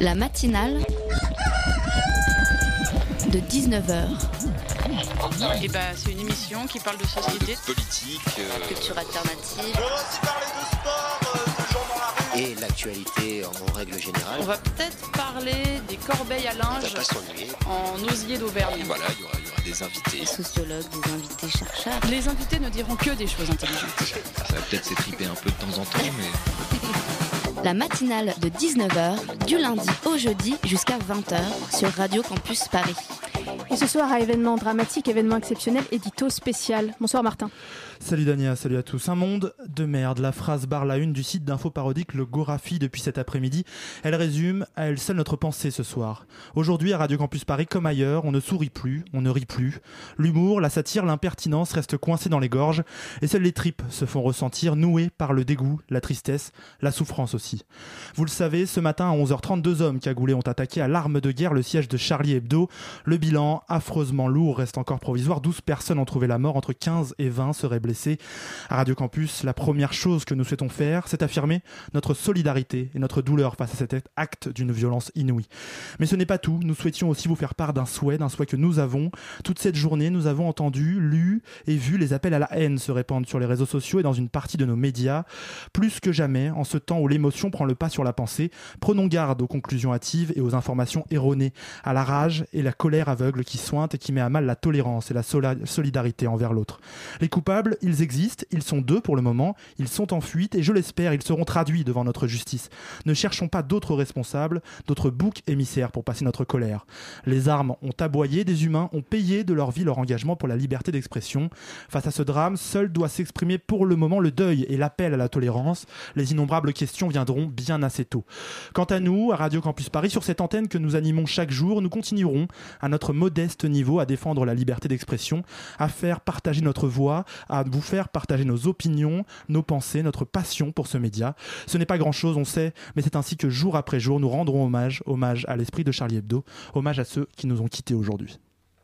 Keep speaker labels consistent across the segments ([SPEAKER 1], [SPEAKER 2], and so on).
[SPEAKER 1] La matinale de 19h.
[SPEAKER 2] Et c'est une émission qui parle de société,
[SPEAKER 3] de politique,
[SPEAKER 1] culture alternative.
[SPEAKER 4] On va aussi parler de sport, de gens dans la rue.
[SPEAKER 5] Et l'actualité en règle générale.
[SPEAKER 2] On va peut-être parler des corbeilles à linge
[SPEAKER 5] On va pas s'ennuyer.
[SPEAKER 2] en osier d'Auvergne.
[SPEAKER 3] voilà, il y aura des invités.
[SPEAKER 1] Des sociologues, des invités chercheurs.
[SPEAKER 2] Les invités ne diront que des choses intelligentes.
[SPEAKER 3] Ça va peut-être s'étriper un peu de temps en temps, mais...
[SPEAKER 1] La matinale de 19h, du lundi au jeudi jusqu'à 20h sur Radio Campus Paris.
[SPEAKER 6] Et ce soir, à événement dramatique, événement exceptionnel, édito spécial. Bonsoir Martin.
[SPEAKER 7] Salut Dania, salut à tous. Un monde de merde. La phrase barre la une du site d'info parodique Le Gorafi depuis cet après-midi. Elle résume à elle seule notre pensée ce soir. Aujourd'hui, à Radio Campus Paris, comme ailleurs, on ne sourit plus, on ne rit plus. L'humour, la satire, l'impertinence restent coincés dans les gorges et seules les tripes se font ressentir, nouées par le dégoût, la tristesse, la souffrance aussi. Vous le savez, ce matin à 11h30, 2 hommes cagoulés ont attaqué à l'arme de guerre le siège de Charlie Hebdo. Le bilan, affreusement lourd, reste encore provisoire. 12 personnes ont trouvé la mort, entre 15 et 20 seraient blessés. À Radio Campus, la première chose que nous souhaitons faire, c'est affirmer notre solidarité et notre douleur face à cet acte d'une violence inouïe. Mais ce n'est pas tout, nous souhaitions aussi vous faire part d'un souhait que nous avons. Toute cette journée, nous avons entendu, lu et vu les appels à la haine se répandre sur les réseaux sociaux et dans une partie de nos médias. Plus que jamais, en ce temps où l'émotion prend le pas sur la pensée, prenons garde aux conclusions hâtives et aux informations erronées, à la rage et la colère aveugle qui sointe et qui met à mal la tolérance et la solidarité envers l'autre. Les coupables, ils existent, ils sont 2 pour le moment, ils sont en fuite et je l'espère, ils seront traduits devant notre justice. Ne cherchons pas d'autres responsables, d'autres boucs émissaires pour passer notre colère. Les armes ont aboyé, des humains ont payé de leur vie leur engagement pour la liberté d'expression. Face à ce drame, seul doit s'exprimer pour le moment le deuil et l'appel à la tolérance. Les innombrables questions viendront bien assez tôt. Quant à nous, à Radio Campus Paris, sur cette antenne que nous animons chaque jour, nous continuerons à notre modeste niveau à défendre la liberté d'expression, à faire partager notre voix, à vous faire partager nos opinions, nos pensées, notre passion pour ce média. Ce n'est pas grand-chose, on sait, mais c'est ainsi que jour après jour, nous rendrons hommage à l'esprit de Charlie Hebdo, hommage à ceux qui nous ont quittés aujourd'hui.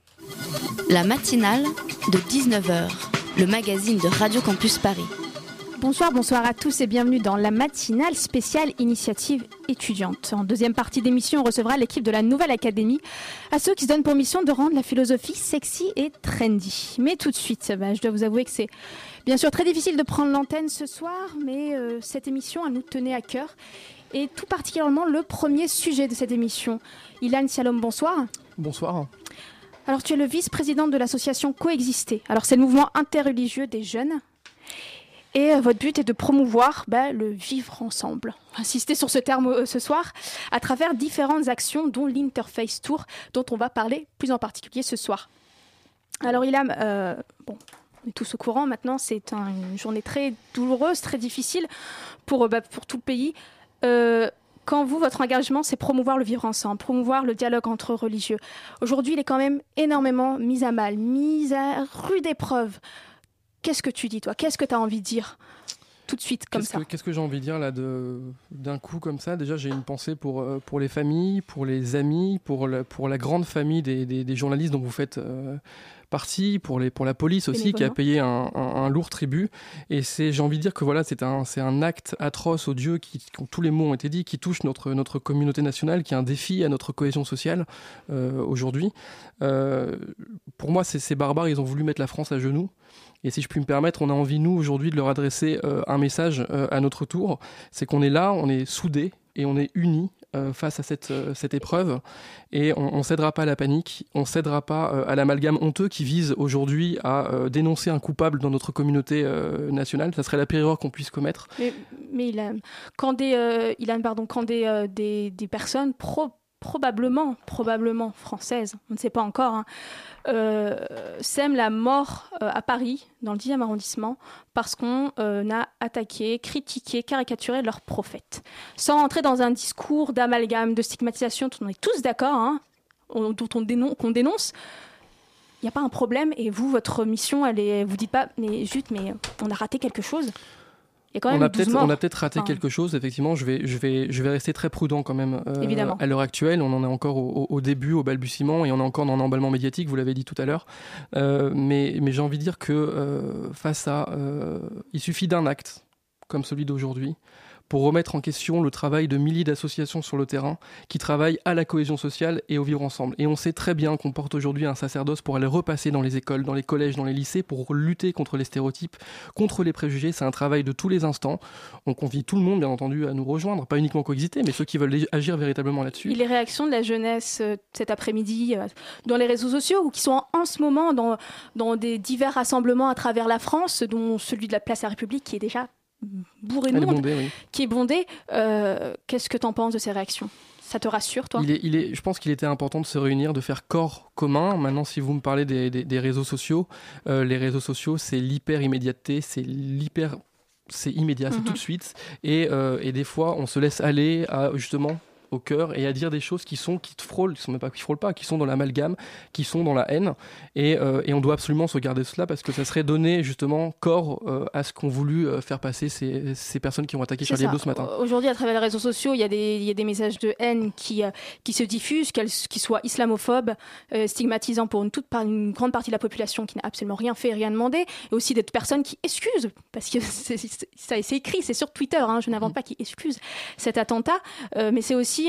[SPEAKER 1] La matinale de 19h, le magazine de Radio Campus Paris.
[SPEAKER 6] Bonsoir à tous et bienvenue dans la matinale spéciale initiative étudiante. En deuxième partie d'émission, on recevra l'équipe de la Nouvelle Académie, à ceux qui se donnent pour mission de rendre la philosophie sexy et trendy. Mais tout de suite, je dois vous avouer que c'est bien sûr très difficile de prendre l'antenne ce soir, mais cette émission, elle nous tenait à cœur. Et tout particulièrement le premier sujet de cette émission. Ilan Sialom, bonsoir.
[SPEAKER 8] Bonsoir.
[SPEAKER 6] Alors tu es le vice-président de l'association Coexister. Alors c'est le mouvement interreligieux des jeunes. Et votre but est de promouvoir le vivre ensemble. Insister sur ce terme ce soir à travers différentes actions, dont l'Interface Tour, dont on va parler plus en particulier ce soir. Alors Ilham, on est tous au courant maintenant, c'est une journée très douloureuse, très difficile pour tout le pays. Quand votre engagement, c'est promouvoir le vivre ensemble, promouvoir le dialogue entre religieux. Aujourd'hui, il est quand même énormément mis à mal, mis à rude épreuve. Qu'est-ce que tu dis, toi ? Qu'est-ce que tu as envie de dire tout de suite, comme ça ?
[SPEAKER 8] Qu'est-ce que j'ai envie de dire là, d'un coup comme ça ? Déjà, j'ai une pensée pour les familles, pour les amis, pour la grande famille des journalistes dont vous faites partie, pour la police aussi, qui a payé un lourd tribut. Et j'ai envie de dire que voilà, c'est un acte atroce, odieux, tous les mots ont été dits, qui touche notre communauté nationale, qui est un défi à notre cohésion sociale aujourd'hui. Pour moi, ces barbares, ils ont voulu mettre la France à genoux. Et si je puis me permettre, on a envie, nous, aujourd'hui, de leur adresser un message à notre tour. C'est qu'on est là, on est soudés et on est unis face à cette épreuve. Et on ne cédera pas à la panique, on ne cédera pas à l'amalgame honteux qui vise aujourd'hui à dénoncer un coupable dans notre communauté nationale. Ça serait la pire erreur qu'on puisse commettre.
[SPEAKER 6] Mais quand des personnes probablement françaises, on ne sait pas encore, sèment la mort à Paris, dans le 10e arrondissement, parce qu'on a attaqué, critiqué, caricaturé leur prophète. Sans entrer dans un discours d'amalgame, de stigmatisation, dont on est tous d'accord, qu'on dénonce, il n'y a pas un problème. Et vous, votre mission, vous dites pas, mais on a raté quelque chose.
[SPEAKER 8] On a peut-être raté quelque chose, effectivement. Je vais rester très prudent quand même à l'heure actuelle. On en est encore au début, au balbutiement, et on est encore dans l'emballement médiatique, vous l'avez dit tout à l'heure. Mais j'ai envie de dire que face à... il suffit d'un acte, comme celui d'aujourd'hui, pour remettre en question le travail de milliers d'associations sur le terrain qui travaillent à la cohésion sociale et au vivre ensemble. Et on sait très bien qu'on porte aujourd'hui un sacerdoce pour aller repasser dans les écoles, dans les collèges, dans les lycées, pour lutter contre les stéréotypes, contre les préjugés. C'est un travail de tous les instants. On convie tout le monde, bien entendu, à nous rejoindre, pas uniquement Coexister, mais ceux qui veulent agir véritablement là-dessus.
[SPEAKER 6] Et les réactions de la jeunesse cet après-midi dans les réseaux sociaux, ou qui sont en ce moment dans des divers rassemblements à travers la France, dont celui de la Place de la République, qui est déjà bourré de monde, qui est bondé. Qu'est-ce que tu en penses de ces réactions ? Ça te rassure, toi ?
[SPEAKER 8] Je pense qu'il était important de se réunir, de faire corps commun. Maintenant, si vous me parlez des réseaux sociaux, les réseaux sociaux, c'est l'hyper-immédiateté, c'est immédiat, c'est tout de suite. Et des fois, on se laisse aller à, justement, au cœur et à dire des choses qui frôlent pas, qui sont dans l'amalgame, qui sont dans la haine. Et on doit absolument se garder cela parce que ça serait donner justement corps à ce qu'ont voulu faire passer ces personnes qui ont attaqué Charlie Hebdo ce matin.
[SPEAKER 6] Aujourd'hui, à travers les réseaux sociaux, il y a des messages de haine qui se diffusent, qu'ils soient islamophobes, stigmatisants pour une grande partie de la population qui n'a absolument rien fait, rien demandé, et aussi des personnes qui excusent, parce que c'est écrit, c'est sur Twitter, je n'invente pas, qui excusent cet attentat, mais c'est aussi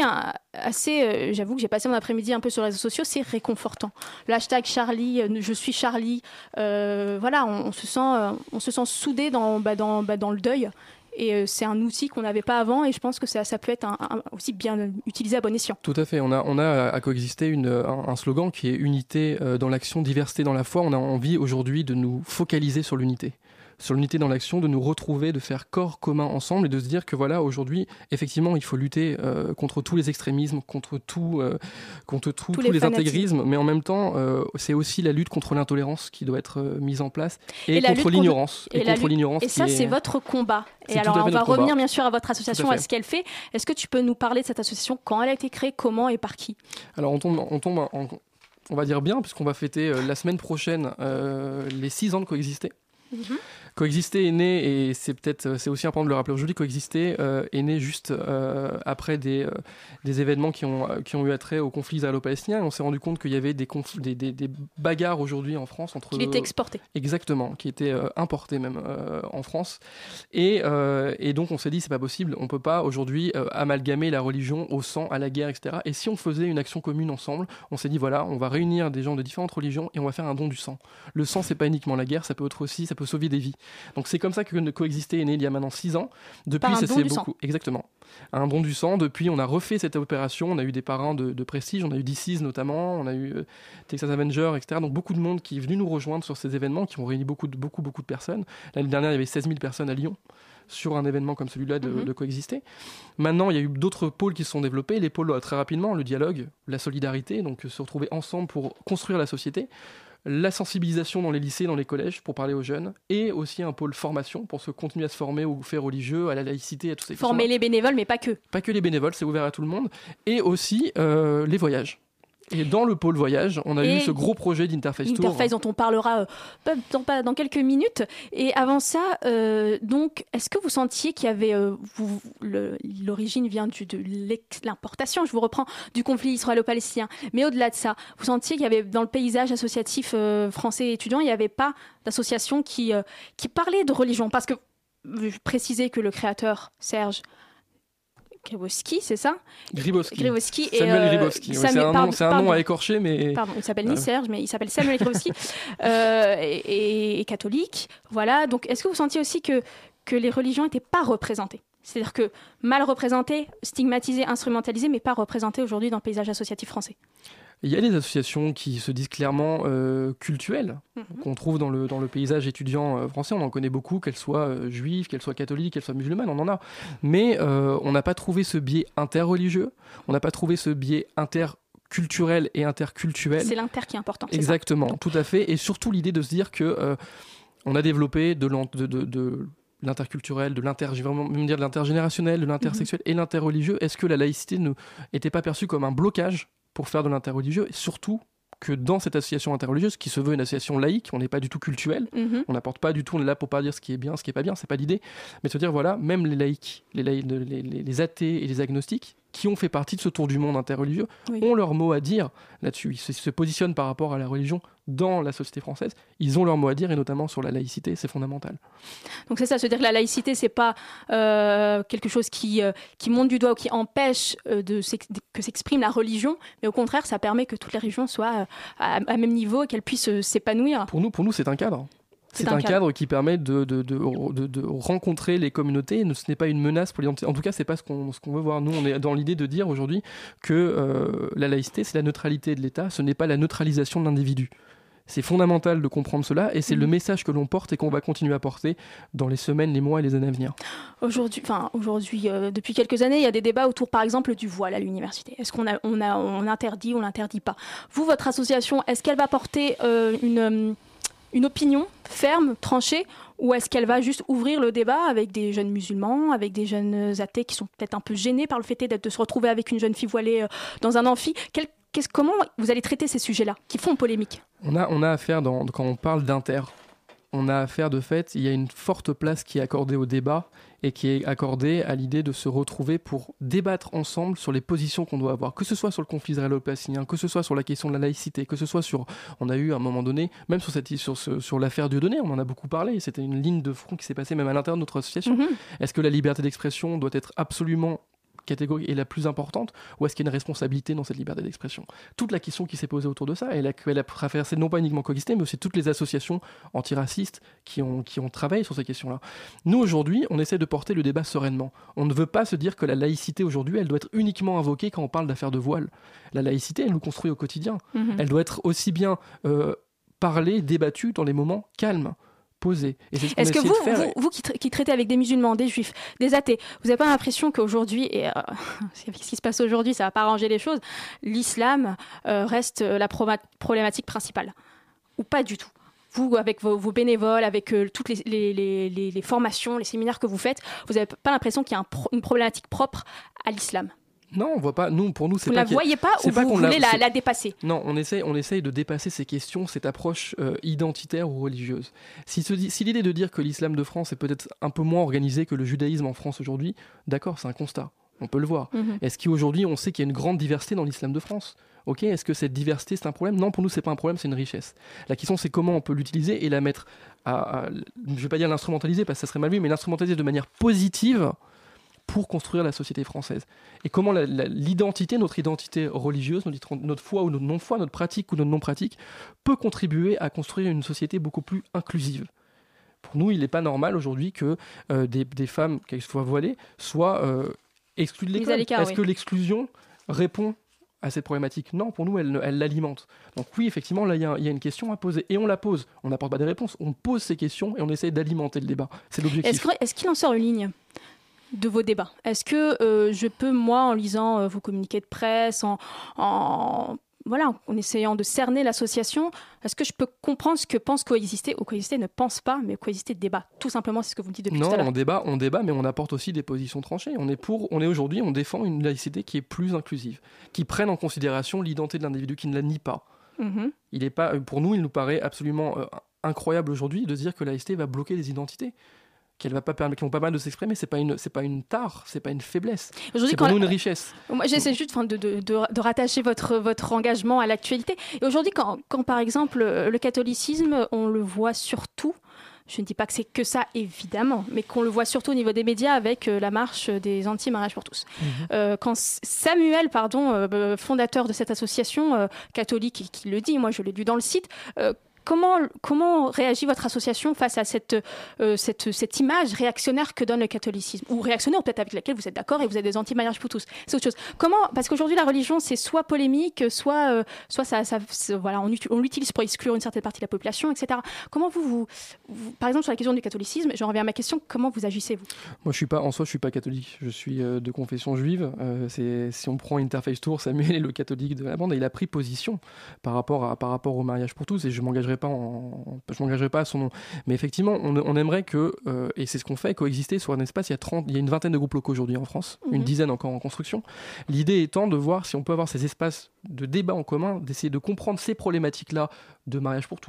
[SPEAKER 6] j'avoue que j'ai passé mon après-midi un peu sur les réseaux sociaux, c'est réconfortant. Le hashtag Charlie, je suis Charlie, voilà, on se sent soudé dans le deuil. Et c'est un outil qu'on n'avait pas avant, et je pense que ça peut être aussi bien utilisé à bon escient.
[SPEAKER 8] Tout à fait. On a à Coexister un slogan qui est unité dans l'action, diversité dans la foi. On a envie aujourd'hui de nous focaliser sur l'unité dans l'action, de nous retrouver, de faire corps commun ensemble et de se dire que voilà, aujourd'hui, effectivement, il faut lutter contre tous les extrémismes, contre tous les intégrismes, mais en même temps, c'est aussi la lutte contre l'intolérance qui doit être mise en place et contre l'ignorance.
[SPEAKER 6] Et ça, c'est votre combat. Et alors, on va revenir bien sûr à votre association, à ce qu'elle fait. Est-ce que tu peux nous parler de cette association, quand elle a été créée, comment et par qui ?
[SPEAKER 8] Alors, on va dire bien, puisqu'on va fêter la semaine prochaine les 6 ans de Coexister. Coexister est né, et c'est aussi important de le rappeler aujourd'hui, Coexister est né juste après des événements qui ont eu attrait au conflit israélo-palestinien, et on s'est rendu compte qu'il y avait des bagarres aujourd'hui en France entre...
[SPEAKER 6] Qu'il était exporté.
[SPEAKER 8] Exactement, qui était importé même en France, et donc on s'est dit c'est pas possible, on peut pas aujourd'hui amalgamer la religion au sang, à la guerre, etc. Et si on faisait une action commune ensemble, on s'est dit voilà, on va réunir des gens de différentes religions et on va faire un don du sang. Le sang, c'est pas uniquement la guerre, ça peut sauver des vies. Donc c'est comme ça que Coexister est né il y a maintenant 6 ans. Depuis,
[SPEAKER 6] ça s'est beaucoup.
[SPEAKER 8] Exactement. Un don du sang. Depuis, on a refait cette opération. On a eu des parrains de prestige. On a eu DC's notamment. On a eu Texas Avenger, etc. Donc beaucoup de monde qui est venu nous rejoindre sur ces événements qui ont réuni beaucoup de personnes. L'année dernière, il y avait 16 000 personnes à Lyon sur un événement comme celui-là de Coexister. Maintenant, il y a eu d'autres pôles qui se sont développés. Les pôles, très rapidement, le dialogue, la solidarité, donc se retrouver ensemble pour construire la société. La sensibilisation dans les lycées, dans les collèges, pour parler aux jeunes, et aussi un pôle formation pour continuer à se former aux faits religieux, à la laïcité, à tous ces questions.
[SPEAKER 6] Former les bénévoles, mais pas que.
[SPEAKER 8] Pas que les bénévoles, c'est ouvert à tout le monde. Et aussi les voyages. Et dans le pôle voyage, on a eu ce gros projet d'Interface Tour.
[SPEAKER 6] Interface dont on parlera dans quelques minutes. Et avant ça, donc, est-ce que vous sentiez qu'il y avait... l'origine vient de l'importation, je vous reprends, du conflit israélo-palestinien. Mais au-delà de ça, vous sentiez qu'il y avait, dans le paysage associatif français étudiant, il n'y avait pas d'association qui parlait de religion. Parce que, je précisais que le créateur, Serge Gribowski, c'est ça ?
[SPEAKER 8] Gribowski. Samuel Gribowski. C'est un nom à écorcher, mais...
[SPEAKER 6] Pardon, il s'appelle ni Serge, mais il s'appelle Samuel Gribowski, et catholique. Voilà, donc est-ce que vous sentiez aussi que les religions n'étaient pas représentées ? C'est-à-dire que mal représentées, stigmatisées, instrumentalisées, mais pas représentées aujourd'hui dans le paysage associatif français ?
[SPEAKER 8] Il y a des associations qui se disent clairement cultuelles, qu'on trouve dans le paysage étudiant français. On en connaît beaucoup, qu'elles soient juives, qu'elles soient catholiques, qu'elles soient musulmanes, on en a. Mais on n'a pas trouvé ce biais interreligieux, on n'a pas trouvé ce biais interculturel et intercultuel.
[SPEAKER 6] C'est l'inter qui est important.
[SPEAKER 8] Exactement, tout à fait. Et surtout l'idée de se dire que on a développé de l'interculturel, je vais vraiment même dire de l'intergénérationnel, de l'intersexuel et l'interreligieux. Est-ce que la laïcité n'était pas perçue comme un blocage pour faire de l'interreligieux, et surtout que dans cette association interreligieuse, qui se veut une association laïque, on n'est pas du tout cultuel, on n'apporte pas du tout, on est là pour pas dire ce qui est bien, ce qui est pas bien, c'est pas l'idée, mais se dire voilà, même les laïcs, les athées et les agnostiques, qui ont fait partie de ce tour du monde interreligieux, ont leur mot à dire là-dessus. Ils se positionnent par rapport à la religion dans la société française, ils ont leur mot à dire, et notamment sur la laïcité, c'est fondamental.
[SPEAKER 6] Donc c'est ça, se dire que la laïcité, c'est pas quelque chose qui monte du doigt ou qui empêche que s'exprime la religion, mais au contraire, ça permet que toutes les religions soient à même niveau et qu'elles puissent s'épanouir.
[SPEAKER 8] Pour nous, c'est un cadre. C'est un cadre qui permet de rencontrer les communautés. Ce n'est pas une menace pour l'identité. En tout cas, c'est pas ce qu'on veut voir. Nous, on est dans l'idée de dire aujourd'hui que la laïcité, c'est la neutralité de l'État. Ce n'est pas la neutralisation de l'individu. C'est fondamental de comprendre cela, et c'est le message que l'on porte et qu'on va continuer à porter dans les semaines, les mois et les années à venir.
[SPEAKER 6] Aujourd'hui, depuis quelques années, il y a des débats autour, par exemple, du voile à l'université. Est-ce qu'on interdit ou on l'interdit pas ? Vous, votre association, est-ce qu'elle va porter une opinion ferme, tranchée, ou est-ce qu'elle va juste ouvrir le débat avec des jeunes musulmans, avec des jeunes athées qui sont peut-être un peu gênés par le fait de se retrouver avec une jeune fille voilée dans un amphi ? Comment vous allez traiter ces sujets-là qui font polémique ?
[SPEAKER 8] On a affaire, quand on parle d'inter, on a affaire de fait, il y a une forte place qui est accordée au débat et qui est accordée à l'idée de se retrouver pour débattre ensemble sur les positions qu'on doit avoir, que ce soit sur le conflit israélo-palestinien, que ce soit sur la question de la laïcité, que ce soit on a eu à un moment donné, même sur l'affaire Dieudonné, on en a beaucoup parlé, c'était une ligne de front qui s'est passée même à l'intérieur de notre association. Est-ce que la liberté d'expression doit être absolument catégorie est la plus importante, ou est-ce qu'il y a une responsabilité dans cette liberté d'expression ? Toute la question qui s'est posée autour de ça, elle a traversé non pas uniquement Coexisté, mais aussi toutes les associations antiracistes qui ont travaillé sur ces questions-là. Nous, aujourd'hui, on essaie de porter le débat sereinement. On ne veut pas se dire que la laïcité, aujourd'hui, elle doit être uniquement invoquée quand on parle d'affaires de voile. La laïcité, elle nous construit au quotidien. Elle doit être aussi bien parlée, débattue dans les moments calmes. Posé.
[SPEAKER 6] Est-ce que vous qui traitez avec des musulmans, des juifs, des athées, vous n'avez pas l'impression qu'aujourd'hui, et ce qui se passe aujourd'hui, ça ne va pas arranger les choses, l'islam reste la problématique principale ? Ou pas du tout ? Vous, avec vos bénévoles, avec toutes les formations, les séminaires que vous faites, vous n'avez pas l'impression qu'il y a une problématique propre à l'islam ?
[SPEAKER 8] Non, on voit pas. Pour nous, c'est
[SPEAKER 6] vous
[SPEAKER 8] pas.
[SPEAKER 6] Vous la voyez pas ou vous voulez la dépasser ?
[SPEAKER 8] Non, on essaye de dépasser ces questions, cette approche identitaire ou religieuse. Si l'idée de dire que l'islam de France est peut-être un peu moins organisé que le judaïsme en France aujourd'hui, d'accord, c'est un constat. On peut le voir. Est-ce qu'aujourd'hui, on sait qu'il y a une grande diversité dans l'islam de France ? Ok, est-ce que cette diversité, c'est un problème ? Non, pour nous, c'est pas un problème, c'est une richesse. La question, c'est comment on peut l'utiliser et la mettre je vais pas dire l'instrumentaliser parce que ça serait mal vu, mais l'instrumentaliser de manière positive pour construire la société française. Et comment l'identité, notre identité religieuse, notre foi ou notre non-foi, notre pratique ou notre non-pratique, peut contribuer à construire une société beaucoup plus inclusive. Pour nous, il n'est pas normal aujourd'hui que des femmes, qu'elles soient voilées, soient exclues de l'école. Est-ce que l'exclusion répond à cette problématique ? Non, pour nous, elle l'alimente. Donc oui, effectivement, là, il y a une question à poser. Et on la pose. On n'apporte pas des réponses. On pose ces questions et on essaie d'alimenter le débat. C'est l'objectif.
[SPEAKER 6] Est-ce qu'il en sort une ligne de vos débats ? Est-ce que je peux, moi, en lisant vos communiqués de presse, en essayant de cerner l'association, est-ce que je peux comprendre ce que pense Coexister, ou Coexister ne pense pas, mais Coexister débat ? Tout simplement, c'est ce que vous me dites depuis tout à l'heure.
[SPEAKER 8] Non, on débat, mais on apporte aussi des positions tranchées. Aujourd'hui, on défend une laïcité qui est plus inclusive, qui prenne en considération l'identité de l'individu, qui ne la nie pas. Il est pas, pour nous, il nous paraît absolument incroyable aujourd'hui de dire que la laïcité va bloquer les identités. Qu'elles vont pas permettre de s'exprimer, c'est pas une tare, c'est pas une faiblesse. C'est pour nous une richesse.
[SPEAKER 6] Moi, j'essaie juste de rattacher votre engagement à l'actualité. Et aujourd'hui, quand par exemple le catholicisme, on le voit surtout. Je ne dis pas que c'est que ça, évidemment, mais qu'on le voit surtout au niveau des médias avec la marche des anti-mariage pour tous. Quand Samuel, fondateur de cette association catholique, qui le dit, moi je l'ai lu dans le site, Comment réagit votre association face à cette image réactionnaire que donne le catholicisme ? Ou réactionnaire, peut-être avec laquelle vous êtes d'accord et vous êtes des anti-mariage pour tous. C'est autre chose. Parce qu'aujourd'hui, la religion, c'est soit polémique, soit on l'utilise pour exclure une certaine partie de la population, etc. Comment vous, par exemple, sur la question du catholicisme, j'en reviens à ma question, comment vous agissez-vous ?
[SPEAKER 8] Moi, je suis pas catholique. Je suis de confession juive. Si on prend Interface Tour, Samuel est le catholique de la bande et il a pris position par rapport au mariage pour tous et je m'engagerai pas à son nom. Mais effectivement, on aimerait que, et c'est ce qu'on fait, Coexister soit un espace, il y a une vingtaine de groupes locaux aujourd'hui en France, une dizaine encore en construction. L'idée étant de voir si on peut avoir ces espaces de débat en commun, d'essayer de comprendre ces problématiques-là de mariage pour tous,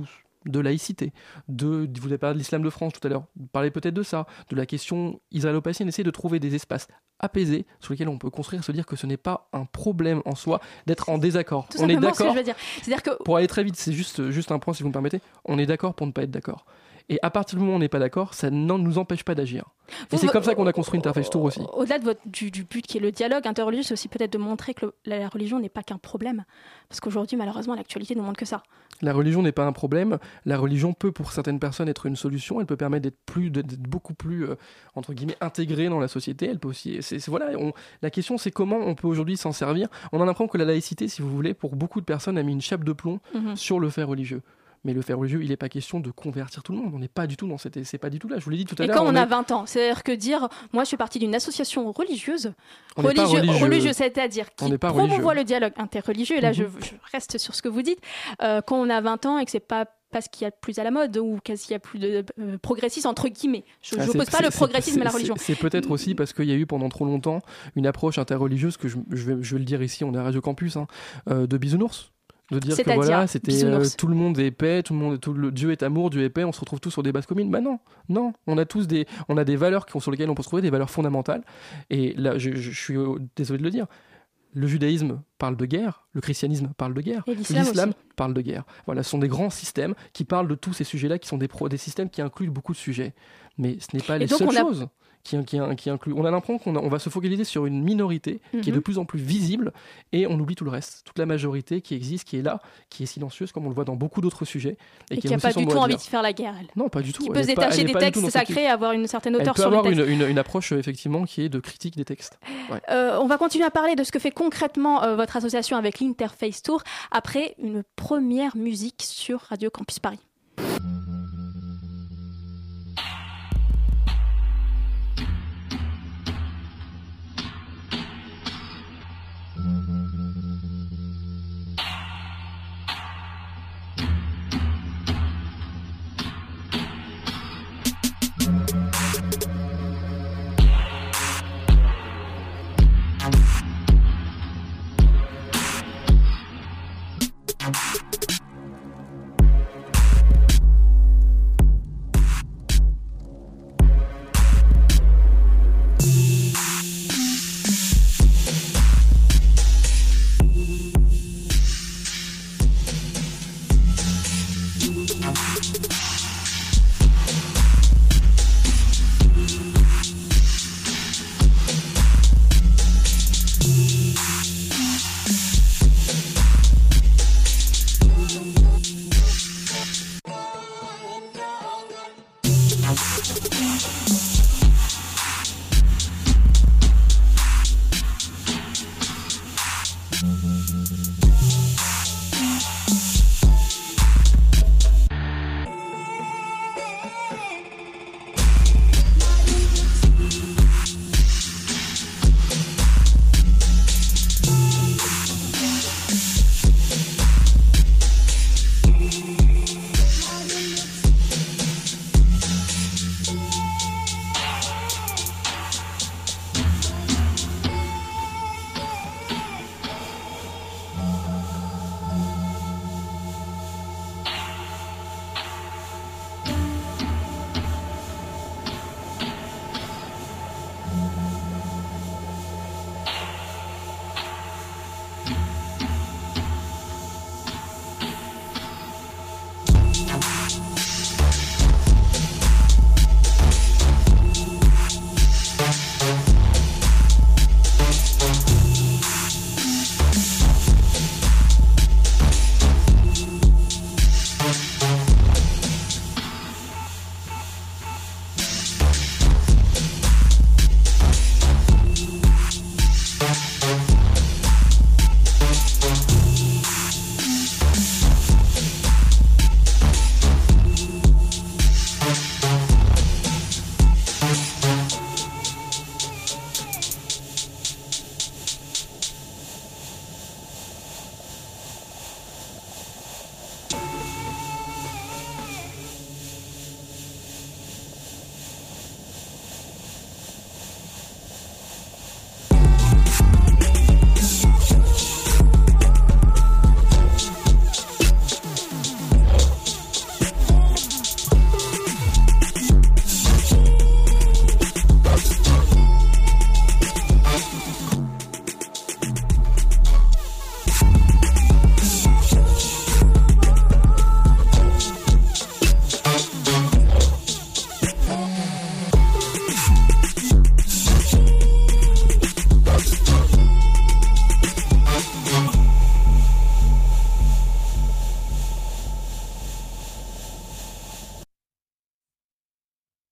[SPEAKER 8] de laïcité, vous avez parlé de l'islam de France tout à l'heure, vous parlez peut-être de ça, de la question israélo-palestinienne, essayer de trouver des espaces apaisés sur lesquels on peut construire, se dire que ce n'est pas un problème en soi d'être en désaccord.
[SPEAKER 6] Tout simplement, ce que je veux dire. C'est-à-dire que...
[SPEAKER 8] Pour aller très vite, c'est juste un point si vous me permettez, on est d'accord pour ne pas être d'accord. Et à partir du moment où on n'est pas d'accord, ça ne nous empêche pas d'agir. Et c'est comme ça qu'on a construit Interface Tour aussi.
[SPEAKER 6] Au-delà du but qui est le dialogue interreligieux, c'est aussi peut-être de montrer que la religion n'est pas qu'un problème. Parce qu'aujourd'hui, malheureusement, l'actualité nous montre que ça.
[SPEAKER 8] La religion n'est pas un problème. La religion peut, pour certaines personnes, être une solution. Elle peut permettre d'être beaucoup plus, entre guillemets, intégrée dans la société. Elle peut aussi... la question, c'est comment on peut aujourd'hui s'en servir. On en apprend que la laïcité, si vous voulez, pour beaucoup de personnes, a mis une chape de plomb sur le fait religieux. Mais le fait religieux, il n'est pas question de convertir tout le monde. On n'est pas du tout dans c'est pas du tout là. Je vous l'ai dit tout à l'heure.
[SPEAKER 6] Et quand on a 20 ans, c'est-à-dire que dire, moi je fais partie d'une association religieuse, c'est-à-dire qui promouvoit le dialogue interreligieux, et là je reste sur ce que vous dites, quand on a 20 ans et que c'est pas parce qu'il y a plus à la mode ou qu'il y a plus de progressisme entre guillemets. Je n'oppose pas le progressisme à la religion.
[SPEAKER 8] C'est peut-être aussi parce qu'il y a eu pendant trop longtemps une approche interreligieuse, que je vais le dire ici, on est à Radio Campus, de bisounours. De dire que voilà, c'était tout le monde est paix, Dieu est amour, Dieu est paix, on se retrouve tous sur des bases communes. Bah non, on a tous des valeurs sur lesquelles on peut se trouver, des valeurs fondamentales. Et là, je suis désolé de le dire, le judaïsme parle de guerre, le christianisme parle de guerre, l'islam parle de guerre. Voilà, ce sont des grands systèmes qui parlent de tous ces sujets-là, qui sont des systèmes qui incluent beaucoup de sujets. Mais ce n'est pas les seules choses qui incluent. On a l'impression qu'on va se focaliser sur une minorité qui est de plus en plus visible, et on oublie tout le reste, toute la majorité qui existe, qui est là, qui est silencieuse, comme on le voit dans beaucoup d'autres sujets.
[SPEAKER 6] Et qui n'a pas du tout envie de faire la guerre, elle.
[SPEAKER 8] Non, pas du tout.
[SPEAKER 6] Qui peut se détacher des textes sacrés et avoir une certaine hauteur sur
[SPEAKER 8] le
[SPEAKER 6] texte.
[SPEAKER 8] Elle peut avoir une approche, effectivement, qui est de critique des textes. Ouais.
[SPEAKER 6] On va continuer à parler de ce que fait concrètement votre association avec l'Interface Tour, après une première musique sur Radio Campus Paris.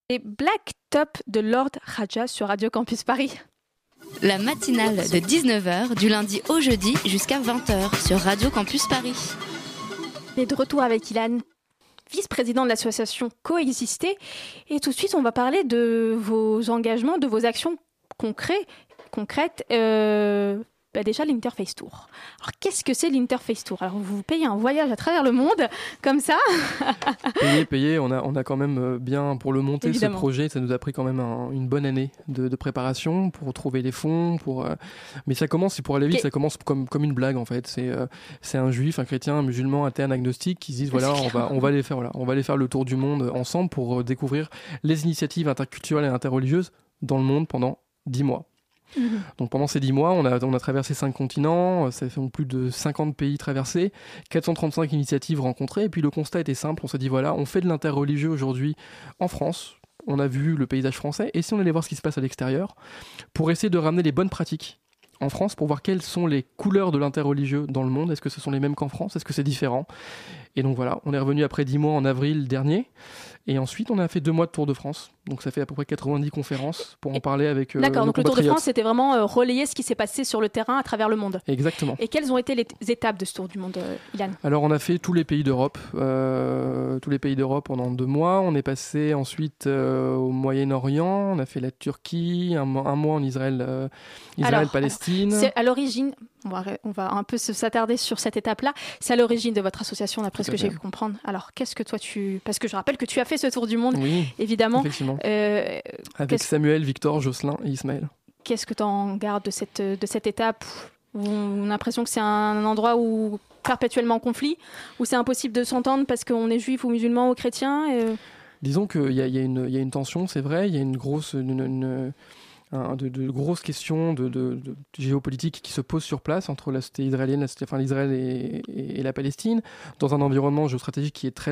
[SPEAKER 6] Et Black Top de Lord Raja sur Radio Campus Paris.
[SPEAKER 1] La matinale de 19h du lundi au jeudi jusqu'à 20h sur Radio Campus Paris.
[SPEAKER 6] Et de retour avec Ilan, vice-président de l'association Coexister. Et tout de suite, on va parler de vos engagements, de vos actions concrètes. Déjà, l'Interface Tour. Alors, qu'est-ce que c'est l'Interface Tour ? Alors, vous payez un voyage à travers le monde, comme ça.
[SPEAKER 8] Payer. On a quand même bien, pour le monter,
[SPEAKER 6] Évidemment.
[SPEAKER 8] ce projet, ça nous a pris quand même une bonne année de préparation pour trouver les fonds. Mais ça commence, pour aller vite, ça commence comme une blague, en fait. C'est un juif, un chrétien, un musulman, athée, un agnostique qui se disent, voilà, on va aller faire le tour du monde ensemble pour découvrir les initiatives interculturelles et interreligieuses dans le monde pendant 10 mois. Donc pendant ces 10 mois, on a traversé 5 continents, ça fait plus de 50 pays traversés, 435 initiatives rencontrées, et puis le constat était simple, on s'est dit voilà, on fait de l'interreligieux aujourd'hui en France, on a vu le paysage français, et si on allait voir ce qui se passe à l'extérieur, pour essayer de ramener les bonnes pratiques en France, pour voir quelles sont les couleurs de l'interreligieux dans le monde, est-ce que ce sont les mêmes qu'en France, est-ce que c'est différent ? Et donc voilà, on est revenu après 10 mois en avril dernier, et ensuite on a fait 2 mois de Tour de France, donc ça fait à peu près 90 conférences pour en parler avec
[SPEAKER 6] D'accord,
[SPEAKER 8] nos
[SPEAKER 6] donc le Tour de
[SPEAKER 8] compatriotes.
[SPEAKER 6] France, c'était vraiment relayer ce qui s'est passé sur le terrain à travers le monde.
[SPEAKER 8] Exactement.
[SPEAKER 6] Et quelles ont été les étapes de ce Tour du monde, Ilan ?
[SPEAKER 8] Alors on a fait tous les pays d'Europe pendant 2 mois. On est passé ensuite au Moyen-Orient, on a fait la Turquie, un mois en Israël, Palestine.
[SPEAKER 6] C'est à l'origine, on va un peu s'attarder sur cette étape-là. C'est à l'origine de votre association, d'après ce que j'ai pu comprendre. Alors qu'est-ce que toi parce que je rappelle que tu as fait ce Tour du monde,
[SPEAKER 8] oui,
[SPEAKER 6] évidemment.
[SPEAKER 8] Effectivement. Avec Samuel, Victor, Jocelyn et Ismaël.
[SPEAKER 6] Qu'est-ce que tu en gardes de cette étape où on a l'impression que c'est un endroit où perpétuellement en conflit, où c'est impossible de s'entendre parce qu'on est juif ou musulman ou chrétien
[SPEAKER 8] Disons qu'il y a une tension, c'est vrai, il y a une grosse... de grosses questions de géopolitique qui se posent sur place entre la société israélienne, l'Israël et la Palestine, dans un environnement géostratégique qui est très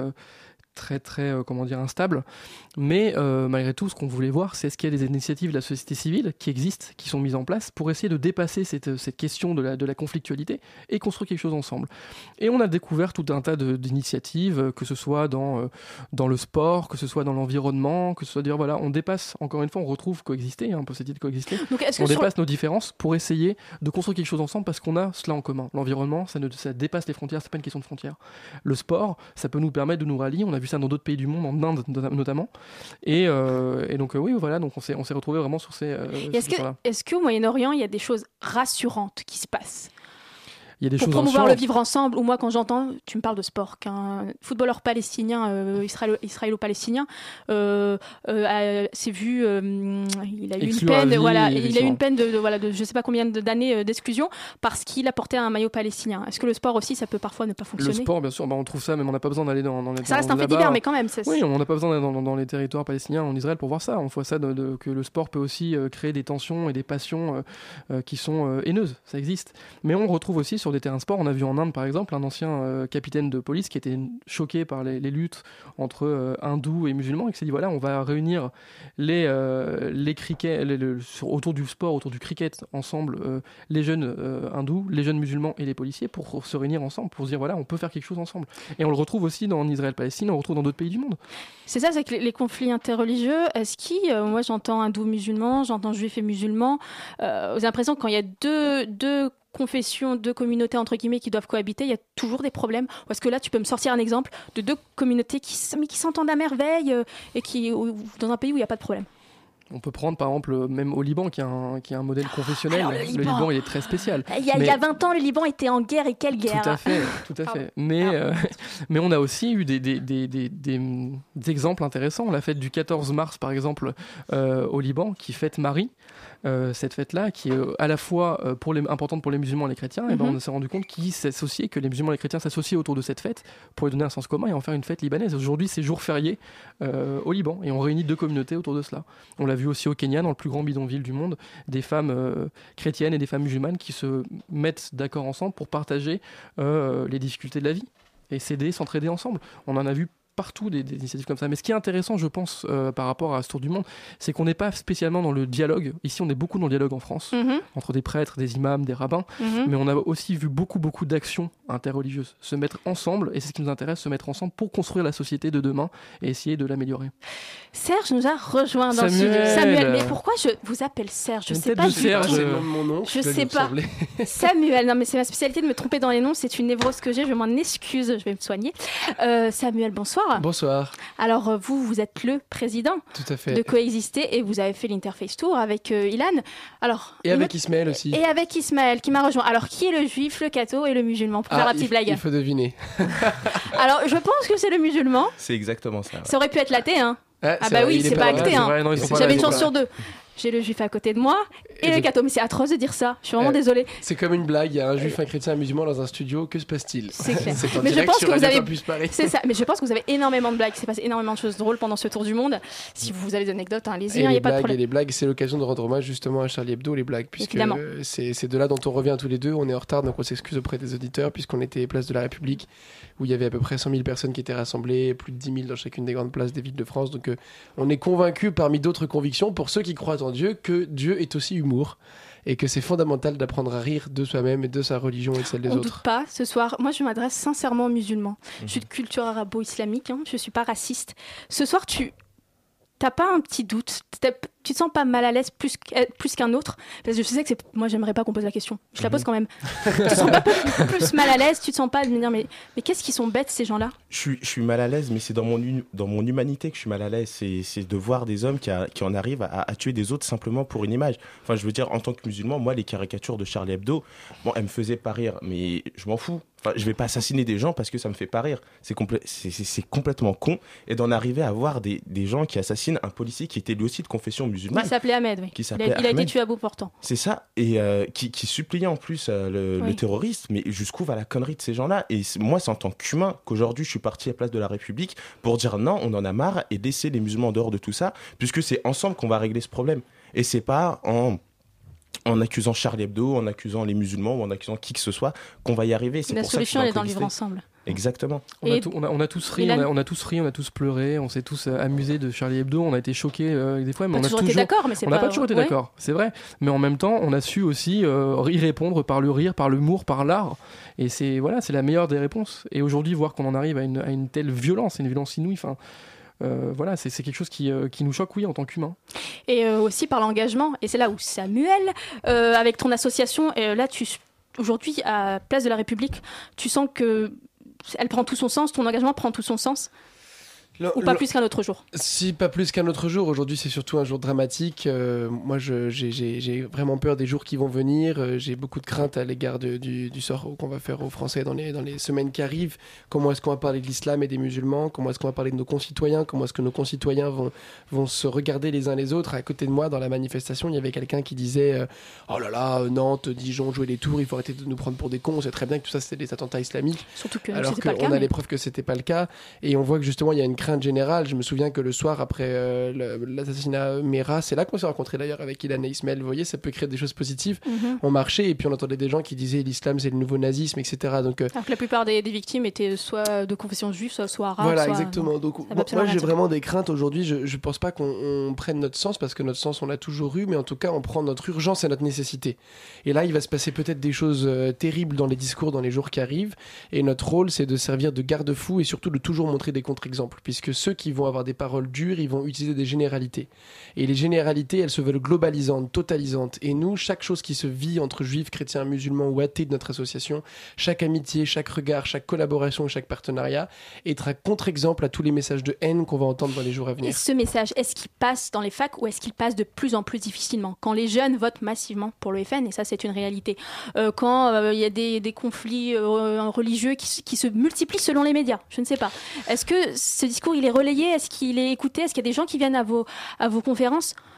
[SPEAKER 8] instable. Mais malgré tout, ce qu'on voulait voir, c'est est-ce qu'il y a des initiatives de la société civile qui existent, qui sont mises en place pour essayer de dépasser cette question de la conflictualité et construire quelque chose ensemble. Et on a découvert tout un tas d'initiatives, que ce soit dans le sport, que ce soit dans l'environnement, que ce soit dire voilà, on dépasse, encore une fois, on retrouve coexister, on peut cette idée de coexister.
[SPEAKER 6] Donc,
[SPEAKER 8] on dépasse nos différences pour essayer de construire quelque chose ensemble parce qu'on a cela en commun. L'environnement, ça dépasse les frontières, c'est pas une question de frontières. Le sport, ça peut nous permettre de nous rallier. On a vu ça dans d'autres pays du monde, en Inde notamment. Et donc oui, voilà, donc on s'est retrouvés vraiment sur ces.
[SPEAKER 6] Est-ce qu'au Moyen-Orient, il y a des choses rassurantes qui se passent ?
[SPEAKER 8] Il y a des
[SPEAKER 6] pour
[SPEAKER 8] choses
[SPEAKER 6] promouvoir le vivre ensemble, ou moi quand j'entends, tu me parles de sport, qu'un footballeur palestinien, israélo-palestinien, s'est vu, il a eu une peine, il a eu une peine de je sais pas combien d'années d'exclusion parce qu'il a porté un maillot palestinien. Est-ce que le sport aussi, ça peut parfois ne pas fonctionner ?
[SPEAKER 8] Le sport, bien sûr, on trouve ça, mais on n'a pas besoin d'aller dans les.
[SPEAKER 6] Ça reste un fait divers, mais quand même.
[SPEAKER 8] Oui, on n'a pas besoin d'aller dans les territoires palestiniens en Israël pour voir ça. On voit ça que le sport peut aussi créer des tensions et des passions qui sont haineuses. Ça existe. Mais on retrouve aussi sur des terrains de sport. On a vu en Inde, par exemple, un ancien capitaine de police qui était choqué par les luttes entre hindous et musulmans et qui s'est dit voilà, on va réunir les crickets autour du sport, autour du cricket ensemble, les jeunes hindous, les jeunes musulmans et les policiers pour se réunir ensemble, pour se dire voilà, on peut faire quelque chose ensemble. Et on le retrouve aussi en Israël-Palestine, on le retrouve dans d'autres pays du monde.
[SPEAKER 6] C'est ça, c'est que les conflits interreligieux, moi j'entends hindou-musulman, j'entends juif et musulman, j'ai l'impression que quand il y a deux confessions, deux communautés entre guillemets qui doivent cohabiter, il y a toujours des problèmes. Parce que là, tu peux me sortir un exemple de deux communautés qui s'entendent à merveille et dans un pays où il n'y a pas de problème.
[SPEAKER 8] On peut prendre par exemple même au Liban qui est un modèle confessionnel. Alors, le Liban il est très spécial.
[SPEAKER 6] Il y a 20 ans le Liban était en guerre et quelle guerre.
[SPEAKER 8] Tout à fait. Mais on a aussi eu des exemples intéressants. La fête du 14 mars par exemple au Liban qui fête Marie. Cette fête-là, qui est à la fois importante pour les musulmans et les chrétiens, et on s'est rendu compte que les musulmans et les chrétiens s'associaient autour de cette fête pour lui donner un sens commun et en faire une fête libanaise. Aujourd'hui, c'est jour férié au Liban et on réunit deux communautés autour de cela. On l'a vu aussi au Kenya, dans le plus grand bidonville du monde, des femmes chrétiennes et des femmes musulmanes qui se mettent d'accord ensemble pour partager les difficultés de la vie et s'entraider ensemble. On en a vu partout des initiatives comme ça. Mais ce qui est intéressant, je pense, par rapport à ce tour du monde, c'est qu'on n'est pas spécialement dans le dialogue. Ici, on est beaucoup dans le dialogue en France, entre des prêtres, des imams, des rabbins, mais on a aussi vu beaucoup d'actions interreligieuses se mettre ensemble, et c'est ce qui nous intéresse, se mettre ensemble pour construire la société de demain et essayer de l'améliorer.
[SPEAKER 6] Serge nous a rejoint dans le studio. Samuel, mais pourquoi je vous appelle Serge? Je sais pas.
[SPEAKER 8] Serge,
[SPEAKER 9] c'est le nom de mon nom.
[SPEAKER 6] Je sais pas. Samuel, non mais c'est ma spécialité de me tromper dans les noms, c'est une névrose que j'ai, je m'en excuse, je vais me soigner. Samuel, bonsoir.
[SPEAKER 9] Bonsoir.
[SPEAKER 6] Alors vous êtes le président
[SPEAKER 9] Tout à fait.
[SPEAKER 6] de Coexister et vous avez fait l'Interface Tour avec Ilan. Alors,
[SPEAKER 9] et avec Ismaël aussi.
[SPEAKER 6] Et avec Ismaël qui m'a rejoint. Alors qui est le juif, le catho et le musulman pour faire la petite blague?
[SPEAKER 9] Il faut deviner.
[SPEAKER 6] Alors je pense que c'est le musulman.
[SPEAKER 10] C'est exactement ça. Ouais.
[SPEAKER 6] Ça aurait pu être l'athée, hein.
[SPEAKER 9] Ah
[SPEAKER 6] bah oui, c'est pas acté, hein. J'avais une chance
[SPEAKER 9] là.
[SPEAKER 6] sur deux. J'ai le juif à côté de moi et le catho. Mais c'est atroce de dire ça. Je suis vraiment désolée.
[SPEAKER 9] C'est comme une blague. Il y a un juif, un chrétien, un musulman dans un studio. Que se passe-t-il?
[SPEAKER 6] C'est clair.
[SPEAKER 9] C'est en
[SPEAKER 6] mais je
[SPEAKER 9] direct
[SPEAKER 6] pense
[SPEAKER 9] sur
[SPEAKER 6] que vous
[SPEAKER 9] Radio
[SPEAKER 6] avez.
[SPEAKER 9] Campus Paris.
[SPEAKER 6] C'est ça. Mais je pense que vous avez énormément de blagues. Il s'est passé énormément de choses drôles pendant ce tour du monde. Si vous avez des anecdotes, hein, allez-y. Il n'y a pas de problème.
[SPEAKER 9] Et les blagues, c'est l'occasion de rendre hommage justement à Charlie Hebdo, les blagues, puisque c'est de là dont on revient tous les deux. On est en retard, donc on s'excuse auprès des auditeurs, puisqu'on était place de la République, où il y avait à peu près 100 000 personnes qui étaient rassemblées, plus de 10 000 dans chacune des grandes places des villes de France. Donc on est convaincus, parmi d'autres convictions, pour ceux qui croient en Dieu, que Dieu est aussi humour. Et que c'est fondamental d'apprendre à rire de soi-même et de sa religion et de celle des autres.
[SPEAKER 6] On ne doute pas, ce soir, moi je m'adresse sincèrement aux musulmans. Je suis de culture arabo-islamique, hein, je ne suis pas raciste. Ce soir, tu n'as pas un petit doute, tu te sens pas mal à l'aise plus qu'un autre? Parce que je sais que moi j'aimerais pas qu'on pose la question. Je la pose quand même. Tu te sens pas plus mal à l'aise? Tu te sens pas de me dire mais qu'est-ce qu'ils sont bêtes ces gens-là?
[SPEAKER 10] Je suis mal à l'aise, mais c'est dans mon humanité que je suis mal à l'aise. C'est de voir des hommes qui en arrivent à tuer des autres simplement pour une image. Enfin, je veux dire, en tant que musulman, moi, les caricatures de Charlie Hebdo, bon, elles me faisaient pas rire, mais je m'en fous. Enfin, je vais pas assassiner des gens parce que ça me fait pas rire. C'est complètement con. Et d'en arriver à voir des gens qui assassinent un policier qui était lui aussi de confession musulmane.
[SPEAKER 6] Il s'appelait Ahmed, oui. Il a été tué à bout portant.
[SPEAKER 10] C'est ça. Et qui suppliait en plus le terroriste. Mais jusqu'où va la connerie de ces gens-là? Et moi, c'est en tant qu'humain qu'aujourd'hui, je suis parti à Place de la République pour dire non, on en a marre et laisser les musulmans en dehors de tout ça, puisque c'est ensemble qu'on va régler ce problème. Et c'est pas en accusant Charlie Hebdo, en accusant les musulmans ou en accusant qui que ce soit qu'on va y arriver. C'est
[SPEAKER 6] la
[SPEAKER 10] pour
[SPEAKER 6] solution,
[SPEAKER 10] ça
[SPEAKER 6] elle est dans le vivre ensemble.
[SPEAKER 10] Exactement.
[SPEAKER 8] On a tous ri, on a tous pleuré, on s'est tous amusés de Charlie Hebdo, on a été choqués des fois, mais on a toujours
[SPEAKER 6] été d'accord, mais c'est
[SPEAKER 8] on n'a pas toujours été d'accord, c'est vrai. Mais en même temps, on a su aussi y répondre par le rire, par l'humour, par l'art. Et c'est la meilleure des réponses. Et aujourd'hui, voir qu'on en arrive à une telle violence, une violence inouïe, enfin. C'est quelque chose qui nous choque, oui, en tant qu'humain.
[SPEAKER 6] Et aussi par l'engagement. Et c'est là où Samuel, avec ton association, là, aujourd'hui, à Place de la République, tu sens qu'elle prend tout son sens, ton engagement prend tout son sens. Ou pas plus qu'un autre jour? Si,
[SPEAKER 9] pas plus qu'un autre jour. Aujourd'hui, c'est surtout un jour dramatique. Moi, j'ai vraiment peur des jours qui vont venir. J'ai beaucoup de craintes à l'égard du sort qu'on va faire aux Français dans les semaines qui arrivent. Comment est-ce qu'on va parler de l'islam et des musulmans? Comment est-ce qu'on va parler de nos concitoyens? Comment est-ce que nos concitoyens vont se regarder les uns les autres? À côté de moi, dans la manifestation, il y avait quelqu'un qui disait oh là là, Nantes, Dijon, jouer les tours, il faut arrêter de nous prendre pour des cons. On sait très bien que tout ça, c'était des attentats islamiques.
[SPEAKER 6] Surtout que
[SPEAKER 9] alors
[SPEAKER 6] c'était pas le cas.
[SPEAKER 9] On a les preuves que c'était pas le cas. Et on voit que justement, il y a une crainte générale. Je me souviens que le soir après l'assassinat Mera, c'est là qu'on s'est rencontrés d'ailleurs avec Ilan et Ismaël. Vous voyez, ça peut créer des choses positives. On marchait et puis on entendait des gens qui disaient l'islam c'est le nouveau nazisme, etc. Donc,
[SPEAKER 6] alors que la plupart des victimes étaient soit de confession juive, soit arabe.
[SPEAKER 9] Voilà, exactement. Donc moi j'ai vraiment des craintes aujourd'hui. Je pense pas qu'on prenne notre sens parce que notre sens on l'a toujours eu, mais en tout cas on prend notre urgence et notre nécessité. Et là il va se passer peut-être des choses terribles dans les discours dans les jours qui arrivent. Et notre rôle c'est de servir de garde-fou et surtout de toujours montrer des contre-exemples, puisque ceux qui vont avoir des paroles dures, ils vont utiliser des généralités. Et les généralités, elles se veulent globalisantes, totalisantes. Et nous, chaque chose qui se vit entre juifs, chrétiens, musulmans ou athées de notre association, chaque amitié, chaque regard, chaque collaboration, chaque partenariat, est un contre-exemple à tous les messages de haine qu'on va entendre dans les jours à venir.
[SPEAKER 6] Et ce message, est-ce qu'il passe dans les facs ou est-ce qu'il passe de plus en plus difficilement? Quand les jeunes votent massivement pour le FN, et ça c'est une réalité, quand il y a des conflits religieux qui se multiplient selon les médias, je ne sais pas. Est-ce que ce discours il est relayé? Est-ce qu'il est écouté? Est-ce qu'il y a des gens qui viennent à vos conférences?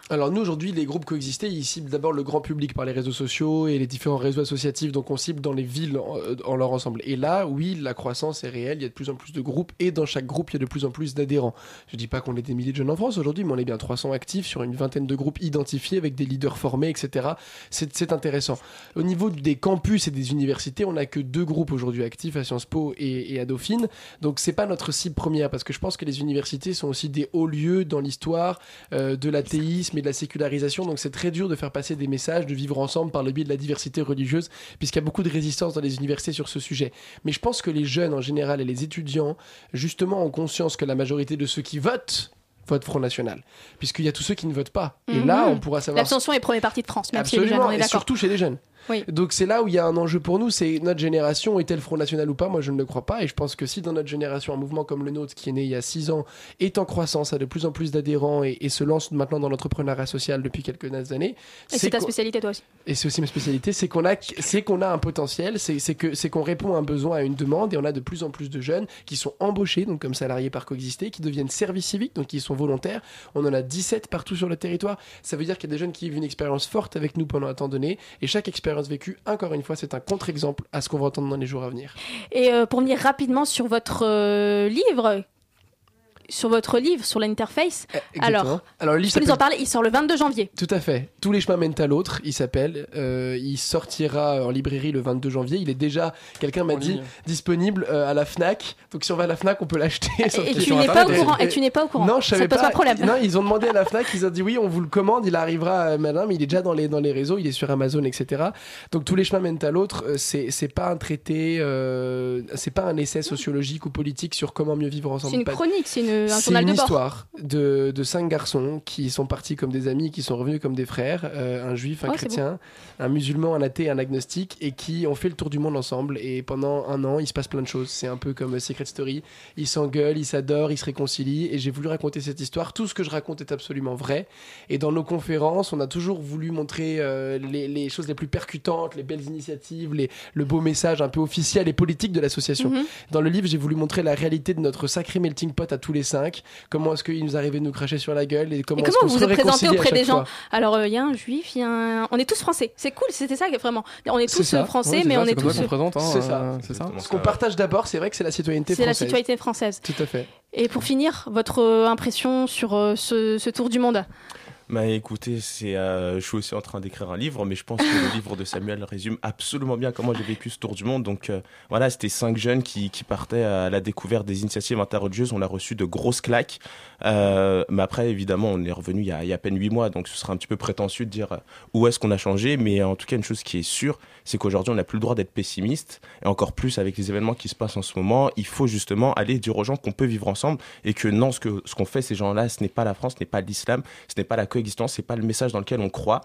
[SPEAKER 9] Alors nous aujourd'hui les groupes coexistés ils ciblent d'abord le grand public par les réseaux sociaux et les différents réseaux associatifs, donc on cible dans les villes en leur ensemble. Et là oui la croissance est réelle, il y a de plus en plus de groupes et dans chaque groupe il y a de plus en plus d'adhérents. Je dis pas qu'on est des milliers de jeunes en France aujourd'hui, mais on est bien 300 actifs sur une vingtaine de groupes identifiés avec des leaders formés, etc. C'est intéressant. Au niveau des campus et des universités, on n'a que 2 groupes aujourd'hui actifs à Sciences Po et à Dauphine, donc c'est pas notre cible première parce que je pense que les universités sont aussi des hauts lieux dans l'histoire de l'athéisme et de la sécularisation, donc c'est très dur de faire passer des messages de vivre ensemble par le biais de la diversité religieuse puisqu'il y a beaucoup de résistance dans les universités sur ce sujet. Mais je pense que les jeunes en général et les étudiants justement ont conscience que la majorité de ceux qui votent Front National, puisqu'il y a tous ceux qui ne votent pas. Et là, on pourra savoir...
[SPEAKER 6] L'abstention est premier parti de France, même
[SPEAKER 9] Absolument,
[SPEAKER 6] si les jeunes, on est
[SPEAKER 9] et
[SPEAKER 6] d'accord.
[SPEAKER 9] surtout chez les jeunes.
[SPEAKER 6] Oui.
[SPEAKER 9] Donc c'est là où il y a un enjeu pour nous, c'est notre génération, est-elle Front National ou pas? Moi je ne le crois pas, et je pense que si dans notre génération un mouvement comme le nôtre qui est né il y a 6 ans est en croissance, a de plus en plus d'adhérents et se lance maintenant dans l'entrepreneuriat social depuis quelques années,
[SPEAKER 6] et c'est ta spécialité toi aussi.
[SPEAKER 9] Et c'est aussi ma spécialité, c'est qu'on a un potentiel, c'est qu'on répond à un besoin, à une demande, et on a de plus en plus de jeunes qui sont embauchés donc comme salariés par coexister, qui deviennent service civique, donc qui sont volontaires. On en a 17 partout sur le territoire. Ça veut dire qu'il y a des jeunes qui vivent une expérience forte avec nous pendant un temps donné, et chaque expérience vécue, encore une fois, c'est un contre-exemple à ce qu'on va entendre dans les jours à venir.
[SPEAKER 6] Et pour venir rapidement sur votre livre, sur l'interface. Alors le livre, tu peux nous en parler, il sort le 22 janvier.
[SPEAKER 9] Tout à fait. Tous les chemins mènent à l'autre, il s'appelle. Il sortira en librairie le 22 janvier. Il est déjà, quelqu'un m'a dit, disponible à la Fnac. Donc si on va à la Fnac, on peut l'acheter.
[SPEAKER 6] Et tu n'es pas au courant. Et tu n'es pas au courant.
[SPEAKER 9] Non, je savais
[SPEAKER 6] pas. Ça pose pas problème.
[SPEAKER 9] Non, ils ont demandé à la Fnac, ils ont dit oui, on vous le commande, il arrivera maintenant, mais il est déjà dans les réseaux, il est sur Amazon, etc. Donc tous les chemins mènent à l'autre. C'est pas un traité, c'est pas un essai sociologique ou politique sur comment mieux vivre ensemble.
[SPEAKER 6] C'est une chronique, c'est un
[SPEAKER 9] C'est
[SPEAKER 6] journal
[SPEAKER 9] une
[SPEAKER 6] de bord.
[SPEAKER 9] histoire de 5 garçons qui sont partis comme des amis, qui sont revenus comme des frères, un juif, un chrétien, un musulman, un athée, un agnostique, et qui ont fait le tour du monde ensemble. Et pendant 1 an, il se passe plein de choses. C'est un peu comme Secret Story. Ils s'engueulent, ils s'adorent, ils se réconcilient. Et j'ai voulu raconter cette histoire. Tout ce que je raconte est absolument vrai. Et dans nos conférences, on a toujours voulu montrer les choses les plus percutantes, les belles initiatives, le beau message un peu officiel et politique de l'association. Dans le livre, j'ai voulu montrer la réalité de notre sacré melting pot à tous les 5. Comment est-ce qu'il nous arrivait de nous cracher sur la gueule et comment
[SPEAKER 6] vous vous êtes présenté auprès des gens?
[SPEAKER 9] Fois.
[SPEAKER 6] Alors il y a un juif, on est tous français. C'est cool, c'était ça vraiment. On est tous français,
[SPEAKER 8] oui,
[SPEAKER 6] mais on est tous.
[SPEAKER 9] C'est ça. Ce qu'on partage d'abord, c'est vrai que c'est la citoyenneté française.
[SPEAKER 6] C'est la citoyenneté française.
[SPEAKER 9] Tout à fait.
[SPEAKER 6] Et pour finir, votre impression sur ce tour du monde?
[SPEAKER 10] Bah écoutez, je suis aussi en train d'écrire un livre, mais je pense que le livre de Samuel résume absolument bien comment j'ai vécu ce tour du monde. Donc voilà, c'était 5 jeunes qui partaient à la découverte des initiatives interreligieuses. On a reçu de grosses claques. Mais après, évidemment, on est revenu il y a à peine 8 mois, donc ce sera un petit peu prétentieux de dire où est-ce qu'on a changé. Mais en tout cas, une chose qui est sûre, c'est qu'aujourd'hui, on n'a plus le droit d'être pessimiste. Et encore plus avec les événements qui se passent en ce moment, il faut justement aller dire aux gens qu'on peut vivre ensemble et que non, ce qu'ont fait ces gens-là, ce n'est pas la France, ce n'est pas l'islam, ce n'est pas la coexistence, c'est pas le message dans lequel on croit.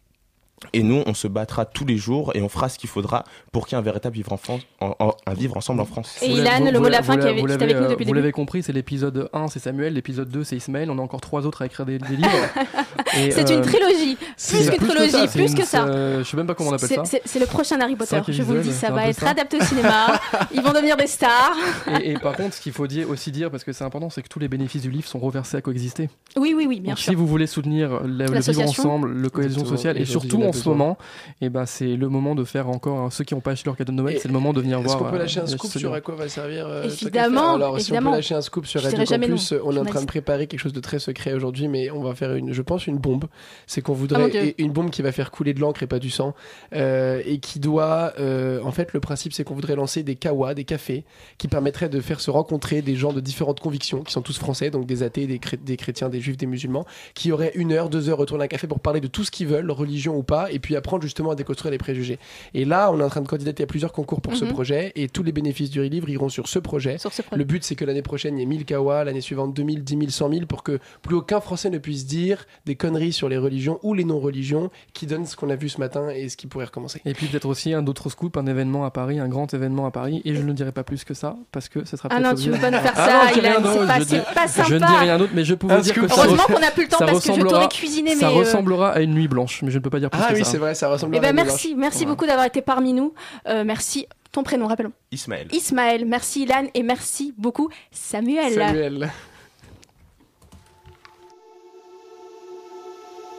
[SPEAKER 10] Et nous, on se battra tous les jours et on fera ce qu'il faudra pour qu'il y ait un véritable vivre ensemble en France.
[SPEAKER 6] Et Ilan, le mot de la fin qui est avec nous depuis le début.
[SPEAKER 8] Vous l'avez compris, c'est l'épisode 1, c'est Samuel, l'épisode 2, c'est Ismaël. On a encore 3 autres à écrire des livres.
[SPEAKER 6] C'est une trilogie, plus que ça.
[SPEAKER 8] Je sais même pas comment on appelle ça.
[SPEAKER 6] C'est le prochain Harry Potter, je vous le dis, ça va être adapté au cinéma. Ils vont devenir des stars.
[SPEAKER 8] Et par contre, ce qu'il faut aussi dire, parce que c'est important, c'est que tous les bénéfices du livre sont reversés à Coexister.
[SPEAKER 6] Oui, bien sûr.
[SPEAKER 8] Si vous voulez soutenir le vivre ensemble, le cohésion sociale et surtout en ce moment, et c'est le moment de faire encore ceux qui n'ont pas acheté leur cadeau de Noël, c'est le moment de venir voir.
[SPEAKER 9] Est-ce qu'on peut lâcher un scoop sur à quoi va servir
[SPEAKER 6] Évidemment.
[SPEAKER 9] Alors si on peut lâcher un scoop sur Radio Campus, on est en train de préparer quelque chose de très secret aujourd'hui, mais on va faire je pense une bombe. C'est qu'on voudrait une bombe qui va faire couler de l'encre et pas du sang, et qui doit en fait le principe c'est qu'on voudrait lancer des kawas, des cafés qui permettraient de faire se rencontrer des gens de différentes convictions qui sont tous français, donc des athées, des chrétiens, des juifs, des musulmans, qui auraient 1 heure, 2 heures autour d'un café pour parler de tout ce qu'ils veulent, religion ou pas, et puis apprendre justement à déconstruire les préjugés. Et là, on est en train de candidater à plusieurs concours pour ce projet, et tous les bénéfices du livre iront sur ce projet. Le but, c'est que l'année prochaine, il y ait 1000 kawas, l'année suivante 2000, 10 000, 100 000, pour que plus aucun Français ne puisse dire des conneries sur les religions ou les non-religions qui donnent ce qu'on a vu ce matin et ce qui pourrait recommencer.
[SPEAKER 8] Et puis peut-être aussi un autre scoop, un événement à Paris, un grand événement à Paris, et je ne dirai pas plus que ça, parce que ça sera
[SPEAKER 6] peut-être... Ah non, tu veux pas nous faire ça, Ilan, c'est pas sympa.
[SPEAKER 8] Je ne dis rien d'autre, mais je peux vous dire que
[SPEAKER 6] heureusement qu'on n'a plus le temps parce que je t'aurais cuisiné.
[SPEAKER 8] Ça ressemblera à une nuit blanche, mais je ne peux pas dire plus que ça.
[SPEAKER 9] Ah oui, c'est vrai, ça ressemblera à une nuit blanche.
[SPEAKER 6] Merci beaucoup d'avoir été parmi nous. Merci. Ton prénom, rappelons.
[SPEAKER 10] Ismaël.
[SPEAKER 6] Merci Ilan et merci beaucoup Samuel.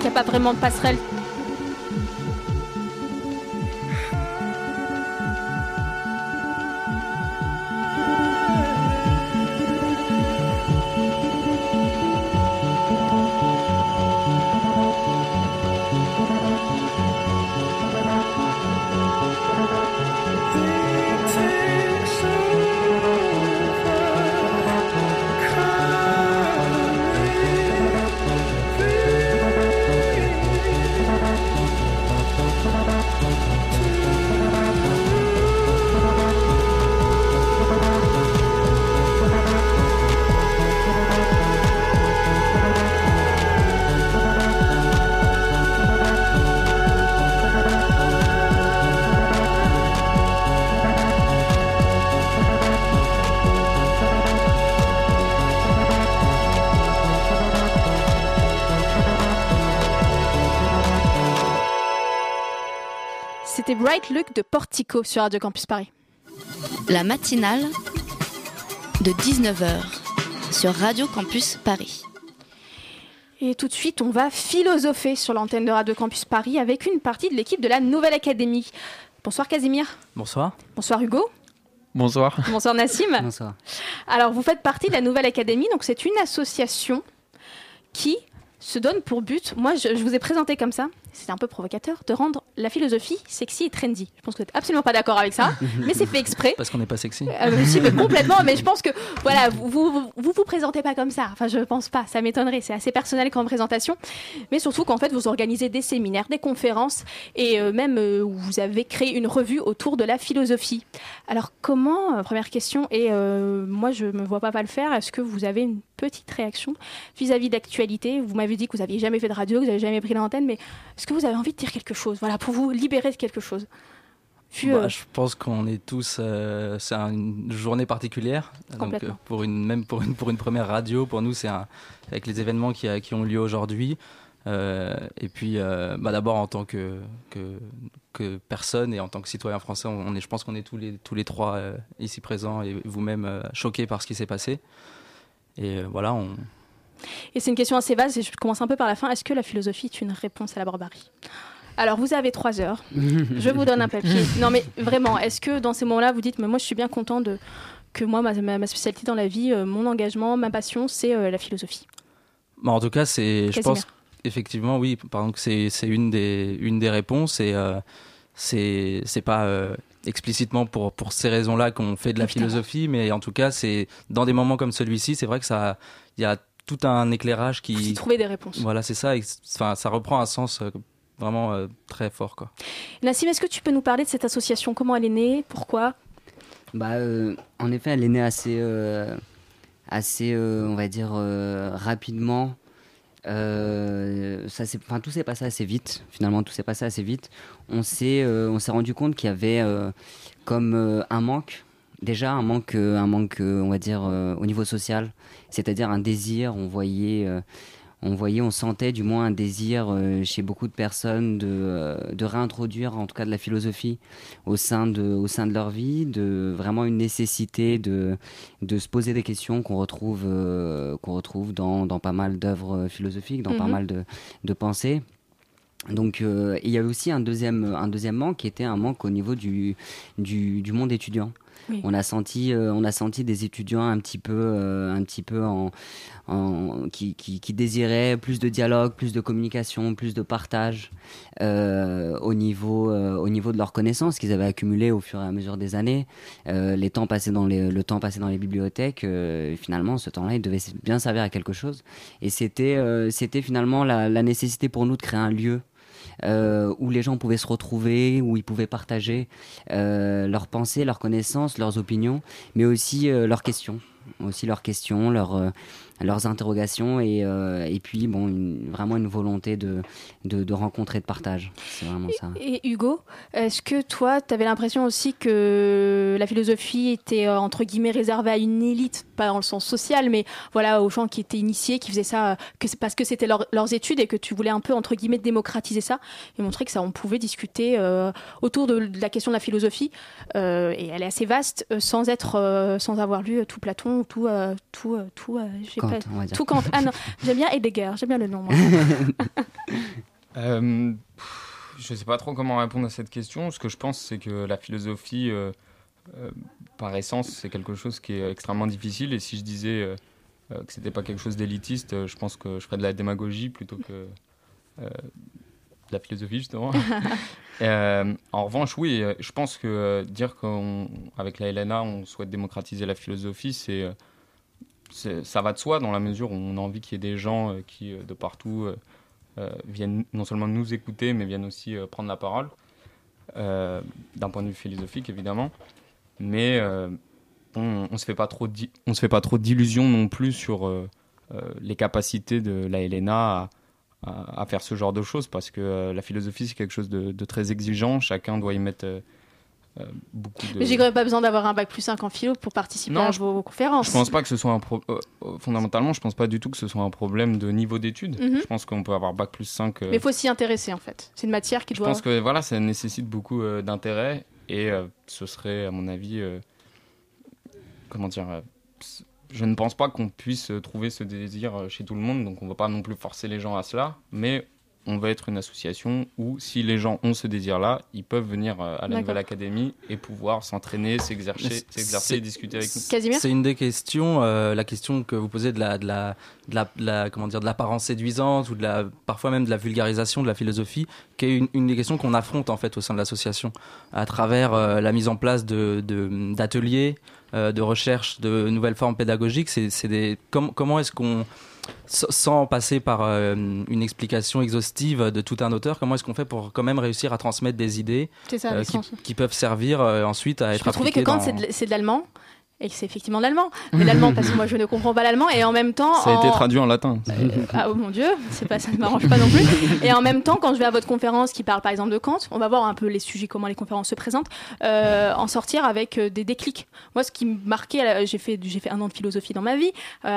[SPEAKER 6] qu'il n'y a pas vraiment de passerelle. C'était Bright Luck de Portico sur Radio Campus Paris.
[SPEAKER 1] La matinale de 19h sur Radio Campus Paris.
[SPEAKER 6] Et tout de suite, on va philosopher sur l'antenne de Radio Campus Paris avec une partie de l'équipe de la Nouvelle Académie. Bonsoir Casimir.
[SPEAKER 11] Bonsoir.
[SPEAKER 6] Bonsoir Hugo.
[SPEAKER 11] Bonsoir.
[SPEAKER 6] Bonsoir Nassim.
[SPEAKER 11] Bonsoir.
[SPEAKER 6] Alors, vous faites partie de la Nouvelle Académie, donc c'est une association qui se donne pour but, moi je vous ai présenté comme ça, c'est un peu provocateur, de rendre la philosophie sexy et trendy. Je pense que vous n'êtes absolument pas d'accord avec ça, mais c'est fait exprès.
[SPEAKER 11] Parce qu'on n'est pas sexy.
[SPEAKER 6] Si, mais complètement, mais je pense que voilà, vous présentez pas comme ça. Enfin, je pense pas, ça m'étonnerait. C'est assez personnel comme présentation, mais surtout qu'en fait vous organisez des séminaires, des conférences et même vous avez créé une revue autour de la philosophie. Alors comment, première question, et moi je me vois pas le faire. Est-ce que vous avez une petite réaction vis-à-vis d'actualité? Vous m'avez dit que vous n'aviez jamais fait de radio, que vous n'avez jamais pris l'antenne, mais est-ce que vous avez envie de dire quelque chose, voilà, pour vous libérer de quelque chose?
[SPEAKER 11] Je pense qu'on est tous... c'est une journée particulière. Donc, pour une première radio, pour nous, c'est avec les événements qui ont lieu aujourd'hui. Et puis, d'abord, en tant que personne et en tant que citoyen français, je pense qu'on est tous les trois ici présents et vous-même choqués par ce qui s'est passé. Et voilà,
[SPEAKER 6] Et c'est une question assez vaste, et je commence un peu par la fin. Est-ce que la philosophie est une réponse à la barbarie? Alors, vous avez 3 heures. Je vous donne un papier. Non, mais vraiment, est-ce que dans ces moments-là, vous dites, mais moi, je suis bien content que moi, ma spécialité dans la vie, mon engagement, ma passion, c'est la philosophie?
[SPEAKER 11] En tout cas, je pense effectivement, oui, par exemple, c'est une des réponses, et c'est pas explicitement pour ces raisons-là qu'on fait de la philosophie, mais en tout cas, c'est dans des moments comme celui-ci, c'est vrai que il y a tout un éclairage qui...
[SPEAKER 6] Vous y trouvez des réponses.
[SPEAKER 11] Voilà, c'est ça. Ça reprend un sens vraiment très fort, quoi.
[SPEAKER 6] Nassim, est-ce que tu peux nous parler de cette association? Comment elle est née? Pourquoi?
[SPEAKER 12] En effet, elle est née assez on va dire, rapidement. Tout s'est passé assez vite. Finalement, tout s'est passé assez vite. On s'est rendu compte qu'il y avait comme un manque. Déjà, un manque, on va dire, au niveau social, c'est-à-dire un désir. On sentait du moins un désir chez beaucoup de personnes de réintroduire, en tout cas de la philosophie, au sein de leur vie, de vraiment une nécessité de se poser des questions qu'on retrouve dans pas mal d'œuvres philosophiques, dans pas mal de pensées. Donc, il y avait aussi un deuxième manque qui était un manque au niveau du monde étudiant. Oui. On a senti des étudiants un petit peu qui désiraient plus de dialogue, plus de communication, plus de partage au niveau de leurs connaissances qu'ils avaient accumulées au fur et à mesure des années. Le temps passé dans les bibliothèques, finalement, ce temps-là, il devait bien servir à quelque chose. Et c'était finalement la nécessité pour nous de créer un lieu où les gens pouvaient se retrouver, où ils pouvaient partager leurs pensées, leurs connaissances, leurs opinions, mais aussi leurs questions, leurs interrogations et puis vraiment une volonté de rencontrer, de partage. C'est vraiment ça.
[SPEAKER 6] Et Hugo, est-ce que toi, tu avais l'impression aussi que la philosophie était entre guillemets réservée à une élite, pas dans le sens social, mais voilà, aux gens qui étaient initiés, qui faisaient ça parce que c'était leurs études et que tu voulais un peu entre guillemets démocratiser ça et montrer que ça, on pouvait discuter autour de la question de la philosophie et elle est assez vaste sans avoir lu tout Platon Platon, tout Kant. Ah non, j'aime bien Heidegger, j'aime bien le nom. Moi.
[SPEAKER 13] Je ne sais pas trop comment répondre à cette question. Ce que je pense, c'est que la philosophie, par essence, c'est quelque chose qui est extrêmement difficile. Et si je disais que ce n'était pas quelque chose d'élitiste, je pense que je ferais de la démagogie plutôt que de la philosophie, justement. En revanche, oui, je pense que dire qu'avec la LNA, on souhaite démocratiser la philosophie, ça va de soi dans la mesure où on a envie qu'il y ait des gens qui, de partout, viennent non seulement nous écouter, mais viennent aussi prendre la parole, d'un point de vue philosophique, évidemment. Mais on ne se fait pas trop d'illusions non plus sur les capacités de la LNA à faire ce genre de choses, parce que la philosophie, c'est quelque chose de très exigeant. Chacun doit y mettre beaucoup de...
[SPEAKER 6] Mais j'ai quand même pas besoin d'avoir un bac+5 en philo pour participer à vos conférences.
[SPEAKER 13] Je pense pas que ce soit fondamentalement, je pense pas du tout que ce soit un problème de niveau d'études. Je pense qu'on peut avoir bac+5...
[SPEAKER 6] Mais il faut s'y intéresser, en fait. C'est une matière qui doit...
[SPEAKER 13] Je pense que voilà, ça nécessite beaucoup d'intérêt, et ce serait, à mon avis... comment dire... je ne pense pas qu'on puisse trouver ce désir chez tout le monde, donc on ne va pas non plus forcer les gens à cela, mais on va être une association où, si les gens ont ce désir-là, ils peuvent venir à la Nouvelle Académie et pouvoir s'entraîner, s'exercer et discuter avec nous.
[SPEAKER 6] Casimir ?
[SPEAKER 11] C'est une des questions, la question que vous posez de l'apparence séduisante ou parfois même de la vulgarisation de la philosophie, qui est une des questions qu'on affronte en fait au sein de l'association, à travers la mise en place d'ateliers, de recherche de nouvelles formes pédagogiques. Comment est-ce qu'on, sans passer par une explication exhaustive de tout un auteur, comment est-ce qu'on fait pour quand même réussir à transmettre des idées qui peuvent servir ensuite à être appliquées?
[SPEAKER 6] Je trouvais que Kant, c'est de l'allemand, et que c'est effectivement de l'allemand. Mais l'allemand, parce que moi je ne comprends pas l'allemand, et en même temps...
[SPEAKER 13] Ça a été traduit en latin.
[SPEAKER 6] Oh mon Dieu, ça ne m'arrange pas non plus. Et en même temps, quand je vais à votre conférence qui parle par exemple de Kant, on va voir un peu les sujets, comment les conférences se présentent, en sortir avec des déclics. Moi, ce qui me marquait, j'ai fait 1 an de philosophie dans ma vie,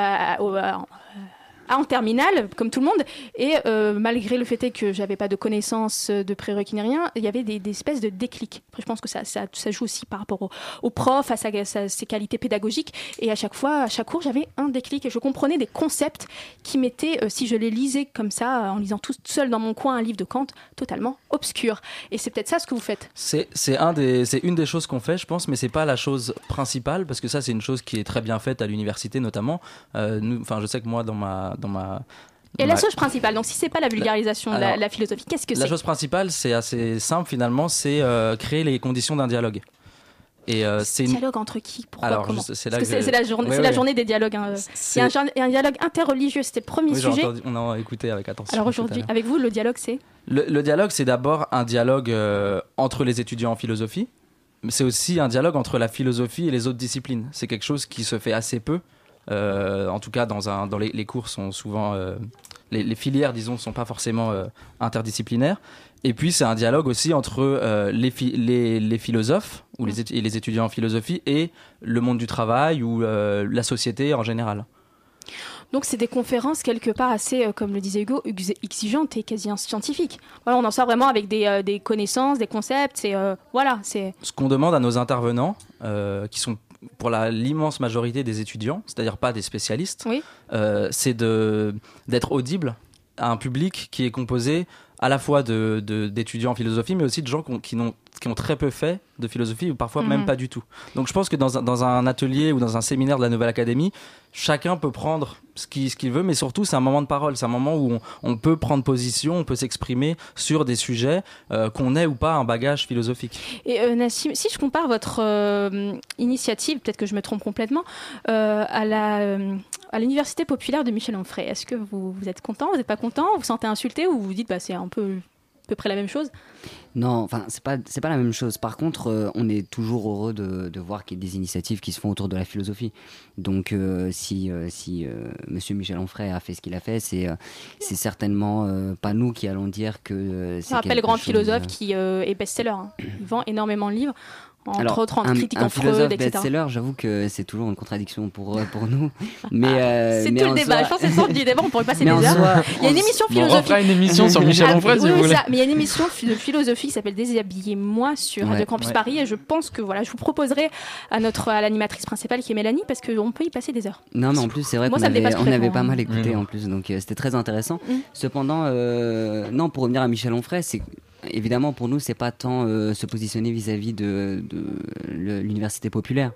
[SPEAKER 6] en terminale, comme tout le monde, et malgré le fait que j'avais pas de connaissances de prérequis ni rien, il y avait des espèces de déclics. Après, je pense que ça joue aussi par rapport au prof, à ses qualités pédagogiques, et à chaque cours, j'avais un déclic, et je comprenais des concepts qui m'étaient, si je les lisais comme ça, en lisant tout seul dans mon coin un livre de Kant, totalement obscur. Et c'est peut-être ça ce que vous faites.
[SPEAKER 11] C'est une des choses qu'on fait, je pense, mais c'est pas la chose principale, parce que ça, c'est une chose qui est très bien faite à l'université, notamment. Je sais que moi,
[SPEAKER 6] la chose principale, donc si c'est pas la vulgarisation de la philosophie, qu'est-ce que c'est ?
[SPEAKER 11] La chose principale, c'est assez simple finalement, c'est créer les conditions d'un dialogue. Et
[SPEAKER 6] dialogue entre qui ? Pourquoi ? Comment ?
[SPEAKER 11] C'est
[SPEAKER 6] la journée des dialogues. Il y a un dialogue interreligieux, c'était le premier sujet.
[SPEAKER 11] On a écouté avec attention.
[SPEAKER 6] Alors aujourd'hui, avec vous, le dialogue, c'est ?
[SPEAKER 11] Le dialogue, c'est d'abord un dialogue entre les étudiants en philosophie, mais c'est aussi un dialogue entre la philosophie et les autres disciplines. C'est quelque chose qui se fait assez peu. En tout cas, dans les cours sont souvent les filières, disons, ne sont pas forcément interdisciplinaires. Et puis c'est un dialogue aussi entre les philosophes ou les étudiants en philosophie et le monde du travail ou la société en général.
[SPEAKER 6] Donc c'est des conférences quelque part assez, comme le disait Hugo, exigeantes et quasi scientifiques. Voilà, on en sort vraiment avec des connaissances, des concepts. Ce
[SPEAKER 11] qu'on demande à nos intervenants, qui sont pour l'immense majorité des étudiants, c'est-à-dire pas des spécialistes, c'est d'être audible à un public qui est composé à la fois d'étudiants en philosophie, mais aussi de gens qui ont très peu fait de philosophie ou parfois même pas du tout. Donc je pense que dans un atelier ou dans un séminaire de la Nouvelle Académie, chacun peut prendre ce qu'il veut, mais surtout c'est un moment de parole, c'est un moment où on peut prendre position, on peut s'exprimer sur des sujets qu'on ait ou pas un bagage philosophique.
[SPEAKER 6] Et Nassim, si je compare votre initiative, peut-être que je me trompe complètement, à l'université populaire de Michel Onfray, est-ce que vous êtes content, vous n'êtes pas content, vous vous sentez insulté ou vous dites c'est un peu à peu près la même chose ?
[SPEAKER 12] Non, enfin c'est pas la même chose. Par contre, on est toujours heureux de voir qu'il y a des initiatives qui se font autour de la philosophie. Donc si Monsieur Michel Onfray a fait ce qu'il a fait, c'est certainement pas nous qui allons dire que c'est
[SPEAKER 6] quelque chose... Je rappelle le grand philosophe qui est best-seller. Il vend énormément de livres. Entre autres, en critique en Freud, etc.
[SPEAKER 12] Best-seller, j'avoue que c'est toujours une contradiction pour nous. Mais,
[SPEAKER 6] c'est tout le débat. Je pense que c'est le centre du débat, on pourrait passer des heures. Il y a une émission philosophique.
[SPEAKER 13] On fera une émission sur Michel Onfray, si vous voulez.
[SPEAKER 6] Mais il y a une émission de philosophie qui s'appelle Déshabillez-moi sur Radio Campus Paris. Et je pense que je vous proposerai à l'animatrice principale qui est Mélanie, parce qu'on peut y passer des heures.
[SPEAKER 12] Non, mais en plus, c'est vrai qu'on avait pas mal écouté en plus, donc c'était très intéressant. Cependant, non, pour revenir à Michel Onfray, c'est évidemment, pour nous, c'est pas tant se positionner vis-à-vis de l'université populaire.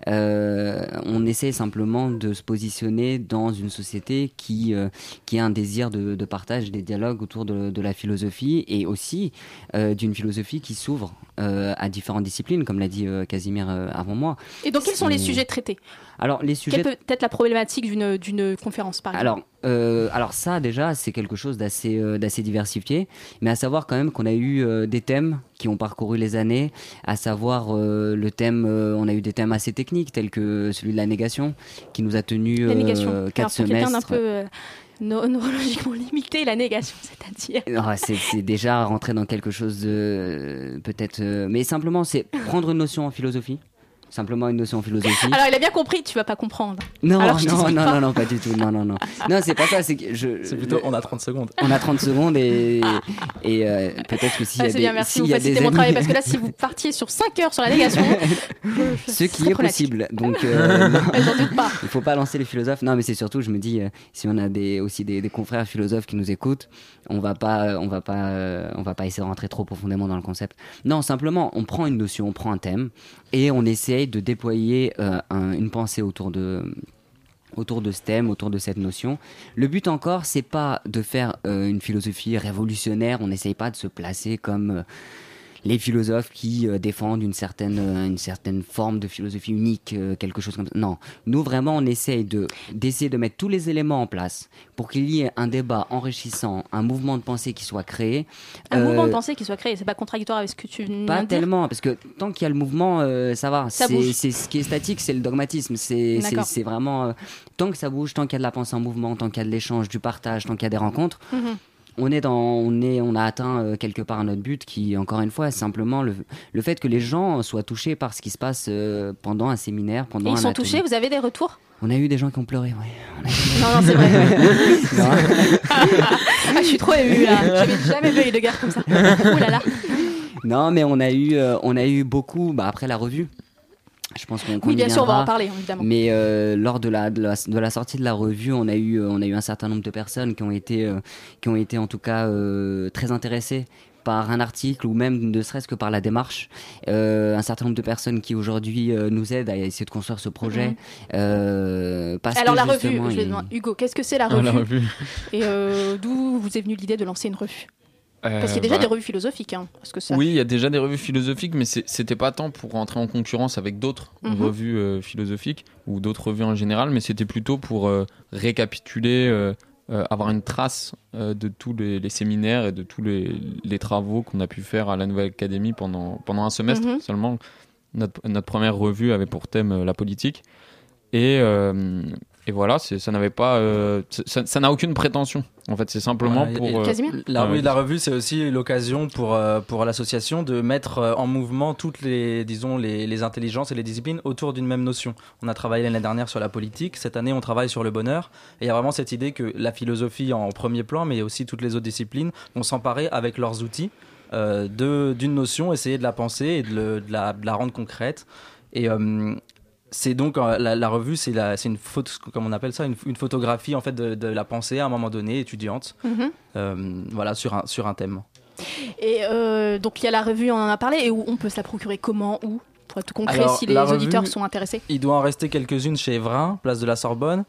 [SPEAKER 12] On essaie simplement de se positionner dans une société qui a un désir de partage, des dialogues autour de la philosophie, et aussi d'une philosophie qui s'ouvre à différentes disciplines, comme l'a dit Casimir avant moi.
[SPEAKER 6] Et donc, quels sont les sujets traités ?
[SPEAKER 12] Alors, les sujets...
[SPEAKER 6] Quelle peut être la problématique d'une conférence, par exemple ?
[SPEAKER 12] Alors ça, déjà, c'est quelque chose d'assez diversifié, mais à savoir quand même qu'on a eu des thèmes qui ont parcouru les années, à savoir le thème, on a eu des thèmes assez techniques, tels que celui de la négation, qui nous a tenu 4 semestres.
[SPEAKER 6] Un peu neurologiquement limité, la négation, c'est-à-dire
[SPEAKER 12] c'est déjà rentrer dans quelque chose de peut-être... mais simplement, c'est prendre une notion en philosophie. Simplement une notion en philosophie.
[SPEAKER 6] Alors il a bien compris, tu vas pas comprendre.
[SPEAKER 12] Non, pas du tout. Non, c'est pas ça. C'est
[SPEAKER 11] plutôt on a 30 secondes.
[SPEAKER 12] On a 30 secondes et peut-être que s'il y a
[SPEAKER 6] c'est bien, merci, vous facilitez mon travail, parce que là, si vous partiez sur 5 heures sur la négation,
[SPEAKER 12] ce qui est possible. Donc, j'en
[SPEAKER 6] doute pas.
[SPEAKER 12] Il faut pas lancer les philosophes. Non, mais c'est surtout, je me dis, si on a aussi des confrères philosophes qui nous écoutent, on va pas essayer de rentrer trop profondément dans le concept. Non, simplement, on prend une notion, on prend un thème et on essaie de déployer une pensée autour de ce thème, autour de cette notion. Le but encore, c'est pas de faire une philosophie révolutionnaire, on n'essaye pas de se placer comme les philosophes qui défendent une certaine forme de philosophie unique, quelque chose comme ça. Non, nous vraiment on essaye d'essayer de mettre tous les éléments en place pour qu'il y ait un débat enrichissant, un mouvement de pensée qui soit créé.
[SPEAKER 6] Un mouvement de pensée qui soit créé, c'est pas contradictoire avec ce que tu viens de dire ?
[SPEAKER 12] Pas tellement, parce que tant qu'il y a le mouvement, ça va. C'est ce qui est statique, c'est le dogmatisme. C'est vraiment tant que ça bouge, tant qu'il y a de la pensée en mouvement, tant qu'il y a de l'échange, du partage, tant qu'il y a des rencontres. On a atteint quelque part notre but qui, encore une fois, est simplement le fait que les gens soient touchés par ce qui se passe pendant un séminaire, pendant un atelier.
[SPEAKER 6] Ils sont touchés, vous avez des retours ?
[SPEAKER 12] On a eu des gens qui ont pleuré, oui.
[SPEAKER 6] Non, c'est vrai. Je suis trop émue là. J'avais jamais vu de gars comme ça. Ouh là là.
[SPEAKER 12] Non, mais on a eu beaucoup. Après la revue. Je pense qu'on
[SPEAKER 6] oui, bien sûr, on va en parler, évidemment.
[SPEAKER 12] Mais lors de la sortie de la revue, on a eu un certain nombre de personnes qui ont été en tout cas très intéressées par un article ou même ne serait-ce que par la démarche. Un certain nombre de personnes qui aujourd'hui nous aident à essayer de construire ce projet.
[SPEAKER 6] Alors la revue, je vais demander, Hugo, qu'est-ce que c'est la revue ? Et d'où vous est venue l'idée de lancer une revue ? Parce qu'il y a déjà des revues philosophiques. Parce que ça...
[SPEAKER 13] Oui, il y a déjà des revues philosophiques, mais c'était pas tant pour rentrer en concurrence avec d'autres revues philosophiques ou d'autres revues en général, mais c'était plutôt pour récapituler, avoir une trace de tous les séminaires et de tous les travaux qu'on a pu faire à la Nouvelle Académie pendant un semestre seulement. Notre première revue avait pour thème la politique. Et voilà, ça n'avait pas, ça n'a aucune prétention. En fait, c'est simplement pour.
[SPEAKER 11] La revue, c'est aussi l'occasion pour l'association de mettre en mouvement toutes les intelligences et les disciplines autour d'une même notion. On a travaillé l'année dernière sur la politique. Cette année, on travaille sur le bonheur. Et il y a vraiment cette idée que la philosophie en premier plan, mais aussi toutes les autres disciplines, vont s'emparer avec leurs outils d'une notion, essayer de la penser et de la rendre concrète. Et c'est donc la revue, c'est une photo, comme on appelle ça, une photographie en fait de la pensée à un moment donné étudiante, voilà, sur un thème.
[SPEAKER 6] Et donc il y a la revue, on en a parlé, et où on peut se la procurer comment, où, pour être tout concret, si les auditeurs sont intéressés.
[SPEAKER 11] Il doit en rester quelques-unes chez Evrin, place de la Sorbonne.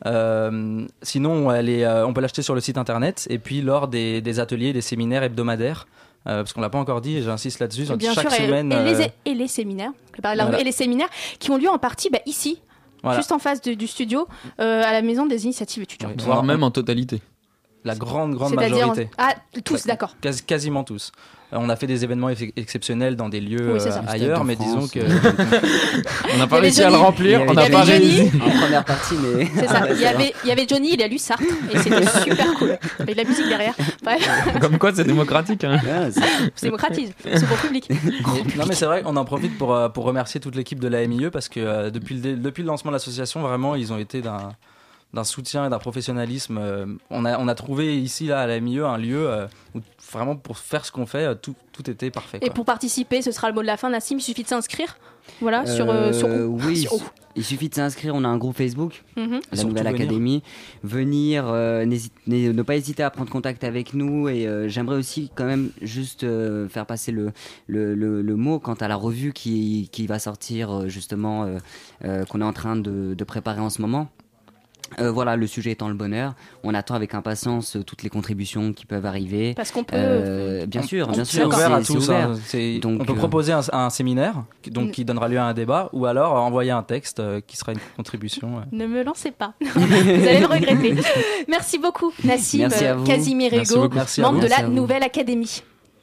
[SPEAKER 11] Sinon, on peut l'acheter sur le site internet, et puis lors des ateliers, des séminaires hebdomadaires. Parce qu'on l'a pas encore dit et j'insiste là-dessus.
[SPEAKER 6] Bien
[SPEAKER 11] chaque
[SPEAKER 6] sûr,
[SPEAKER 11] semaine.
[SPEAKER 6] Et les séminaires, et les séminaires qui ont lieu en partie ici, juste en face du studio, à la maison des initiatives étudiantes.
[SPEAKER 13] Voire même en totalité.
[SPEAKER 11] La grande majorité.
[SPEAKER 6] Ah, tous, d'accord.
[SPEAKER 11] Quasiment tous. On a fait des événements exceptionnels dans des lieux ailleurs, mais disons que on n'a pas réussi à le remplir. On n'a pas réussi
[SPEAKER 12] en première partie, mais
[SPEAKER 6] c'est ça. Il y avait Johnny, il a lu Sartre et c'était super cool. Avec la musique derrière.
[SPEAKER 14] Comme quoi, c'est démocratique. Hein.
[SPEAKER 6] C'est démocratique, c'est pour public.
[SPEAKER 11] Non, mais c'est vrai, on en profite pour remercier toute l'équipe de la MIE parce que depuis le lancement de l'association, vraiment, ils ont été d'un soutien et d'un professionnalisme. On a trouvé ici là, à la MIE un lieu où vraiment pour faire ce qu'on fait, tout était parfait.
[SPEAKER 6] Et pour participer, ce sera le mot de la fin, Nassim, il suffit de s'inscrire. Voilà,
[SPEAKER 12] oui, il suffit de s'inscrire. On a un groupe Facebook, la Nouvelle Académie. Venir, ne pas hésiter à prendre contact avec nous. Et j'aimerais aussi quand même juste faire passer le mot quant à la revue qui va sortir justement, qu'on est en train de préparer en ce moment. Voilà, le sujet étant le bonheur, on attend avec impatience toutes les contributions qui peuvent arriver.
[SPEAKER 6] Parce qu'on peut.
[SPEAKER 12] Bien sûr.
[SPEAKER 11] C'est ouvert à tous. Donc, on peut proposer un séminaire qui donnera lieu à un débat ou alors envoyer un texte qui sera une contribution.
[SPEAKER 6] Ne me lancez pas. Vous allez le regretter. Merci beaucoup, Nassim Casimir-Ego, membre de la Nouvelle Académie.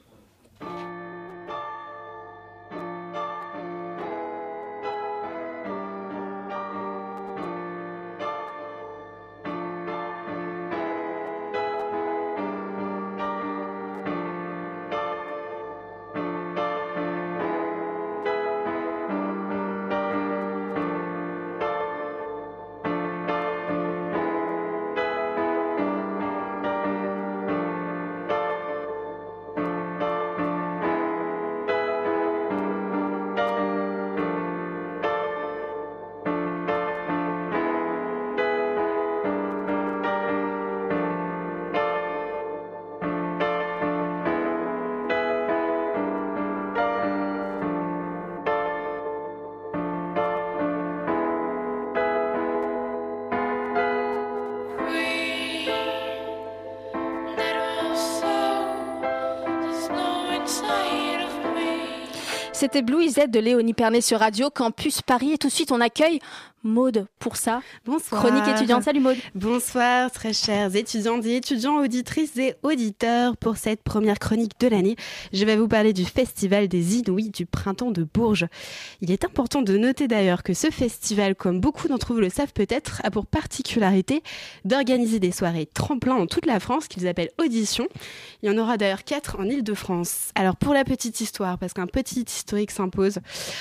[SPEAKER 6] C'était Blue Is It de Léonie Pernet sur Radio Campus Paris. Et tout de suite, on accueille Maude pour ça.
[SPEAKER 15] Bonsoir.
[SPEAKER 6] Chronique étudiante. Salut Maude.
[SPEAKER 15] Bonsoir, très chères étudiantes et étudiants, auditrices et auditeurs. Pour cette première chronique de l'année, je vais vous parler du Festival des Inouïs du Printemps de Bourges. Il est important de noter d'ailleurs que ce festival, comme beaucoup d'entre vous le savent peut-être, a pour particularité d'organiser des soirées tremplins dans toute la France qu'ils appellent Audition. Il y en aura d'ailleurs 4 en Île-de-France. Alors pour la petite histoire, parce qu'un petit historique s'impose,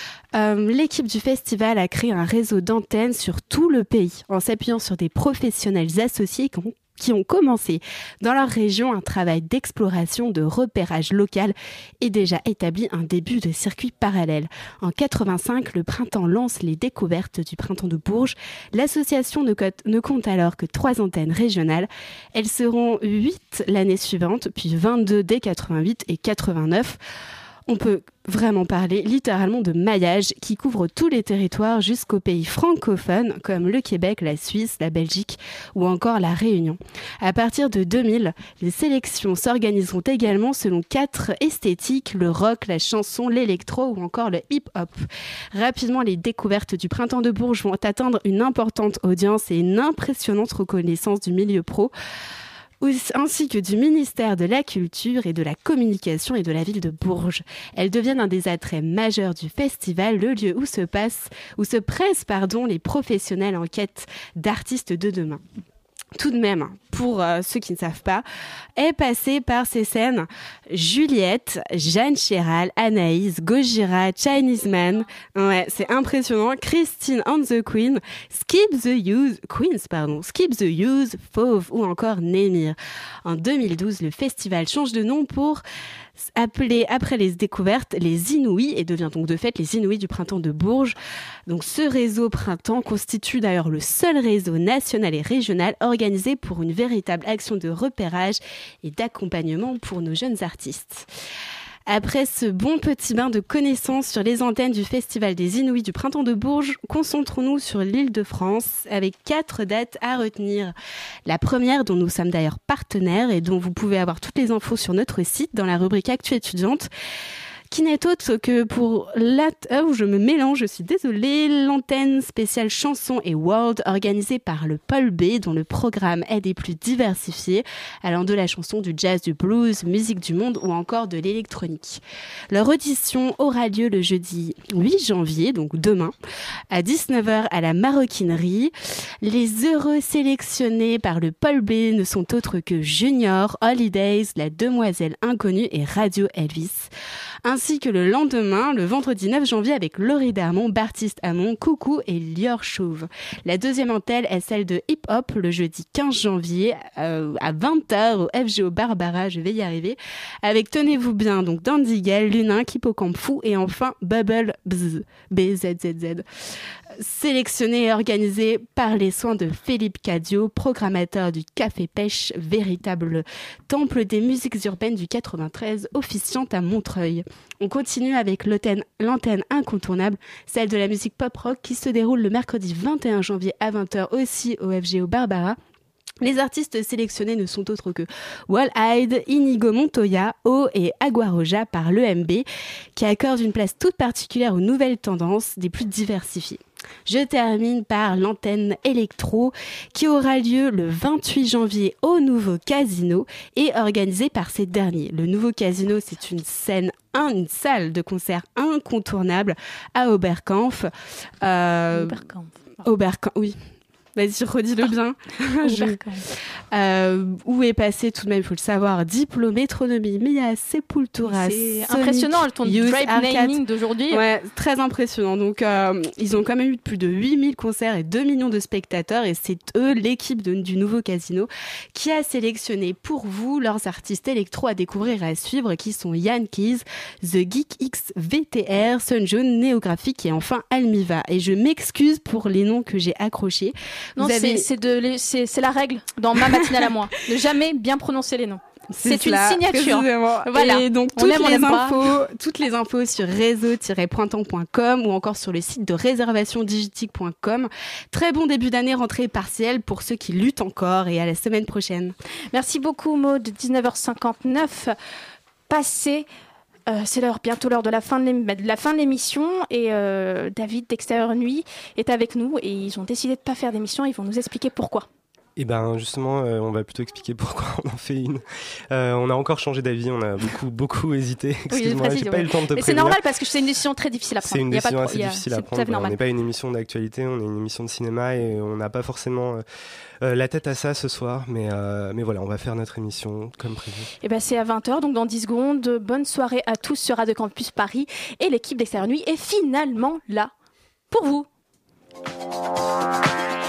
[SPEAKER 15] l'équipe du festival a créé un réseau d'antennes sur tout le pays en s'appuyant sur des professionnels associés qui ont commencé dans leur région un travail d'exploration, de repérage local et déjà établi un début de circuit parallèle. En 85, le printemps lance les découvertes du Printemps de Bourges. L'association ne compte alors que 3 antennes régionales. Elles seront 8 l'année suivante, puis 22 dès 88 et 89. On peut vraiment parler littéralement de maillage qui couvre tous les territoires jusqu'aux pays francophones comme le Québec, la Suisse, la Belgique ou encore la Réunion. À partir de 2000, les sélections s'organiseront également selon 4 esthétiques, le rock, la chanson, l'électro ou encore le hip-hop. Rapidement, les découvertes du Printemps de Bourges vont atteindre une importante audience et une impressionnante reconnaissance du milieu pro, ainsi que du ministère de la Culture et de la Communication et de la ville de Bourges. Elles deviennent un des attraits majeurs du festival, le lieu où se pressent les professionnels en quête d'artistes de demain. Tout de même, pour ceux qui ne savent pas, est passée par ces scènes Juliette, Jeanne Chéral, Anaïs, Gojira, Chinese Man, ouais, c'est impressionnant, Christine and the Queens, Skip the Use, Fauve ou encore Némir. En 2012, le festival change de nom pour appelé après les découvertes les Inouïs et devient donc de fait les Inouïs du Printemps de Bourges. Donc ce réseau Printemps constitue d'ailleurs le seul réseau national et régional organisé pour une véritable action de repérage et d'accompagnement pour nos jeunes artistes. Après ce bon petit bain de connaissances sur les antennes du Festival des Inouïs du Printemps de Bourges, concentrons-nous sur l'Île-de-France avec 4 dates à retenir. La première, dont nous sommes d'ailleurs partenaires et dont vous pouvez avoir toutes les infos sur notre site dans la rubrique Actu étudiante, qui n'est autre que pour je me mélange, je suis désolée, l'antenne spéciale chansons et world organisée par le Paul B, dont le programme est des plus diversifiés, allant de la chanson, du jazz, du blues, musique du monde ou encore de l'électronique. Leur audition aura lieu le jeudi 8 janvier, donc demain, à 19h à la Maroquinerie. Les heureux sélectionnés par le Paul B ne sont autres que Junior, Holidays, La Demoiselle Inconnue et Radio Elvis, ainsi que le lendemain, le vendredi 9 janvier avec Laurie Darmon, Baptiste Hamon, Coucou et Lior Chauve. La deuxième antenne est celle de Hip Hop le jeudi 15 janvier à 20h au FGO Barbara, je vais y arriver, avec, tenez-vous bien, donc Dandigal, Lunin, Hippocampe Fou et enfin Bubble BZZZ. Sélectionné et organisé par les soins de Philippe Cadio, programmateur du Café Pêche, véritable temple des musiques urbaines du 93, officiant à Montreuil. On continue avec l'antenne incontournable, celle de la musique pop-rock qui se déroule le mercredi 21 janvier à 20h aussi au FGO Barbara. Les artistes sélectionnés ne sont autres que Wall-Eyed, Inigo Montoya, O et Aguaroja par l'EMB, qui accorde une place toute particulière aux nouvelles tendances des plus diversifiées. Je termine par l'antenne électro qui aura lieu le 28 janvier au Nouveau Casino et organisée par ces derniers. Le Nouveau Casino, c'est une salle de concert incontournable à Oberkampf. Oberkampf, oui. Vas-y, redis-le bien. Où est passé tout de même, il faut le savoir, Diplo, Métronomie, Mia, Sepultura,
[SPEAKER 6] c'est
[SPEAKER 15] Sonic,
[SPEAKER 6] impressionnant, ton drive naming d'aujourd'hui.
[SPEAKER 15] Ouais, très impressionnant. Donc, ils ont quand même eu plus de 8000 concerts et 2 millions de spectateurs. Et c'est eux, l'équipe du Nouveau Casino, qui a sélectionné pour vous leurs artistes électro à découvrir et à suivre, qui sont Yann Keys, The Geek X, VTR, Sun Jaune, Néographique et enfin Almiva. Et je m'excuse pour les noms que j'ai accrochés.
[SPEAKER 6] Non, c'est la règle dans ma matinale à moi. Ne jamais bien prononcer les noms. C'est une signature.
[SPEAKER 15] Voilà. Et donc toutes les infos sur réseau-printemps.com ou encore sur le site de réservationdigitique.com. Très bon début d'année, rentrée partielle pour ceux qui luttent encore et à la semaine prochaine.
[SPEAKER 6] Merci beaucoup Maud, 19h59 passé. C'est bientôt l'heure de la fin de l'émission et David d'Extérieur Nuit est avec nous et ils ont décidé de ne pas faire d'émission, ils vont nous expliquer pourquoi.
[SPEAKER 16] Et ben justement, on va plutôt expliquer pourquoi on en fait une. On a encore changé d'avis, on a beaucoup hésité. Excuse-moi, j'ai pas eu le temps de te prévenir.
[SPEAKER 6] C'est normal parce que c'est une décision très difficile à prendre.
[SPEAKER 16] C'est une décision assez difficile à prendre. On n'est pas une émission d'actualité, on est une émission de cinéma et on n'a pas forcément la tête à ça ce soir. Mais voilà, on va faire notre émission comme prévu.
[SPEAKER 6] Et ben c'est à 20h, donc dans 10 secondes. Bonne soirée à tous sur Radio Campus Paris. Et l'équipe d'Extérieur Nuit est finalement là pour vous.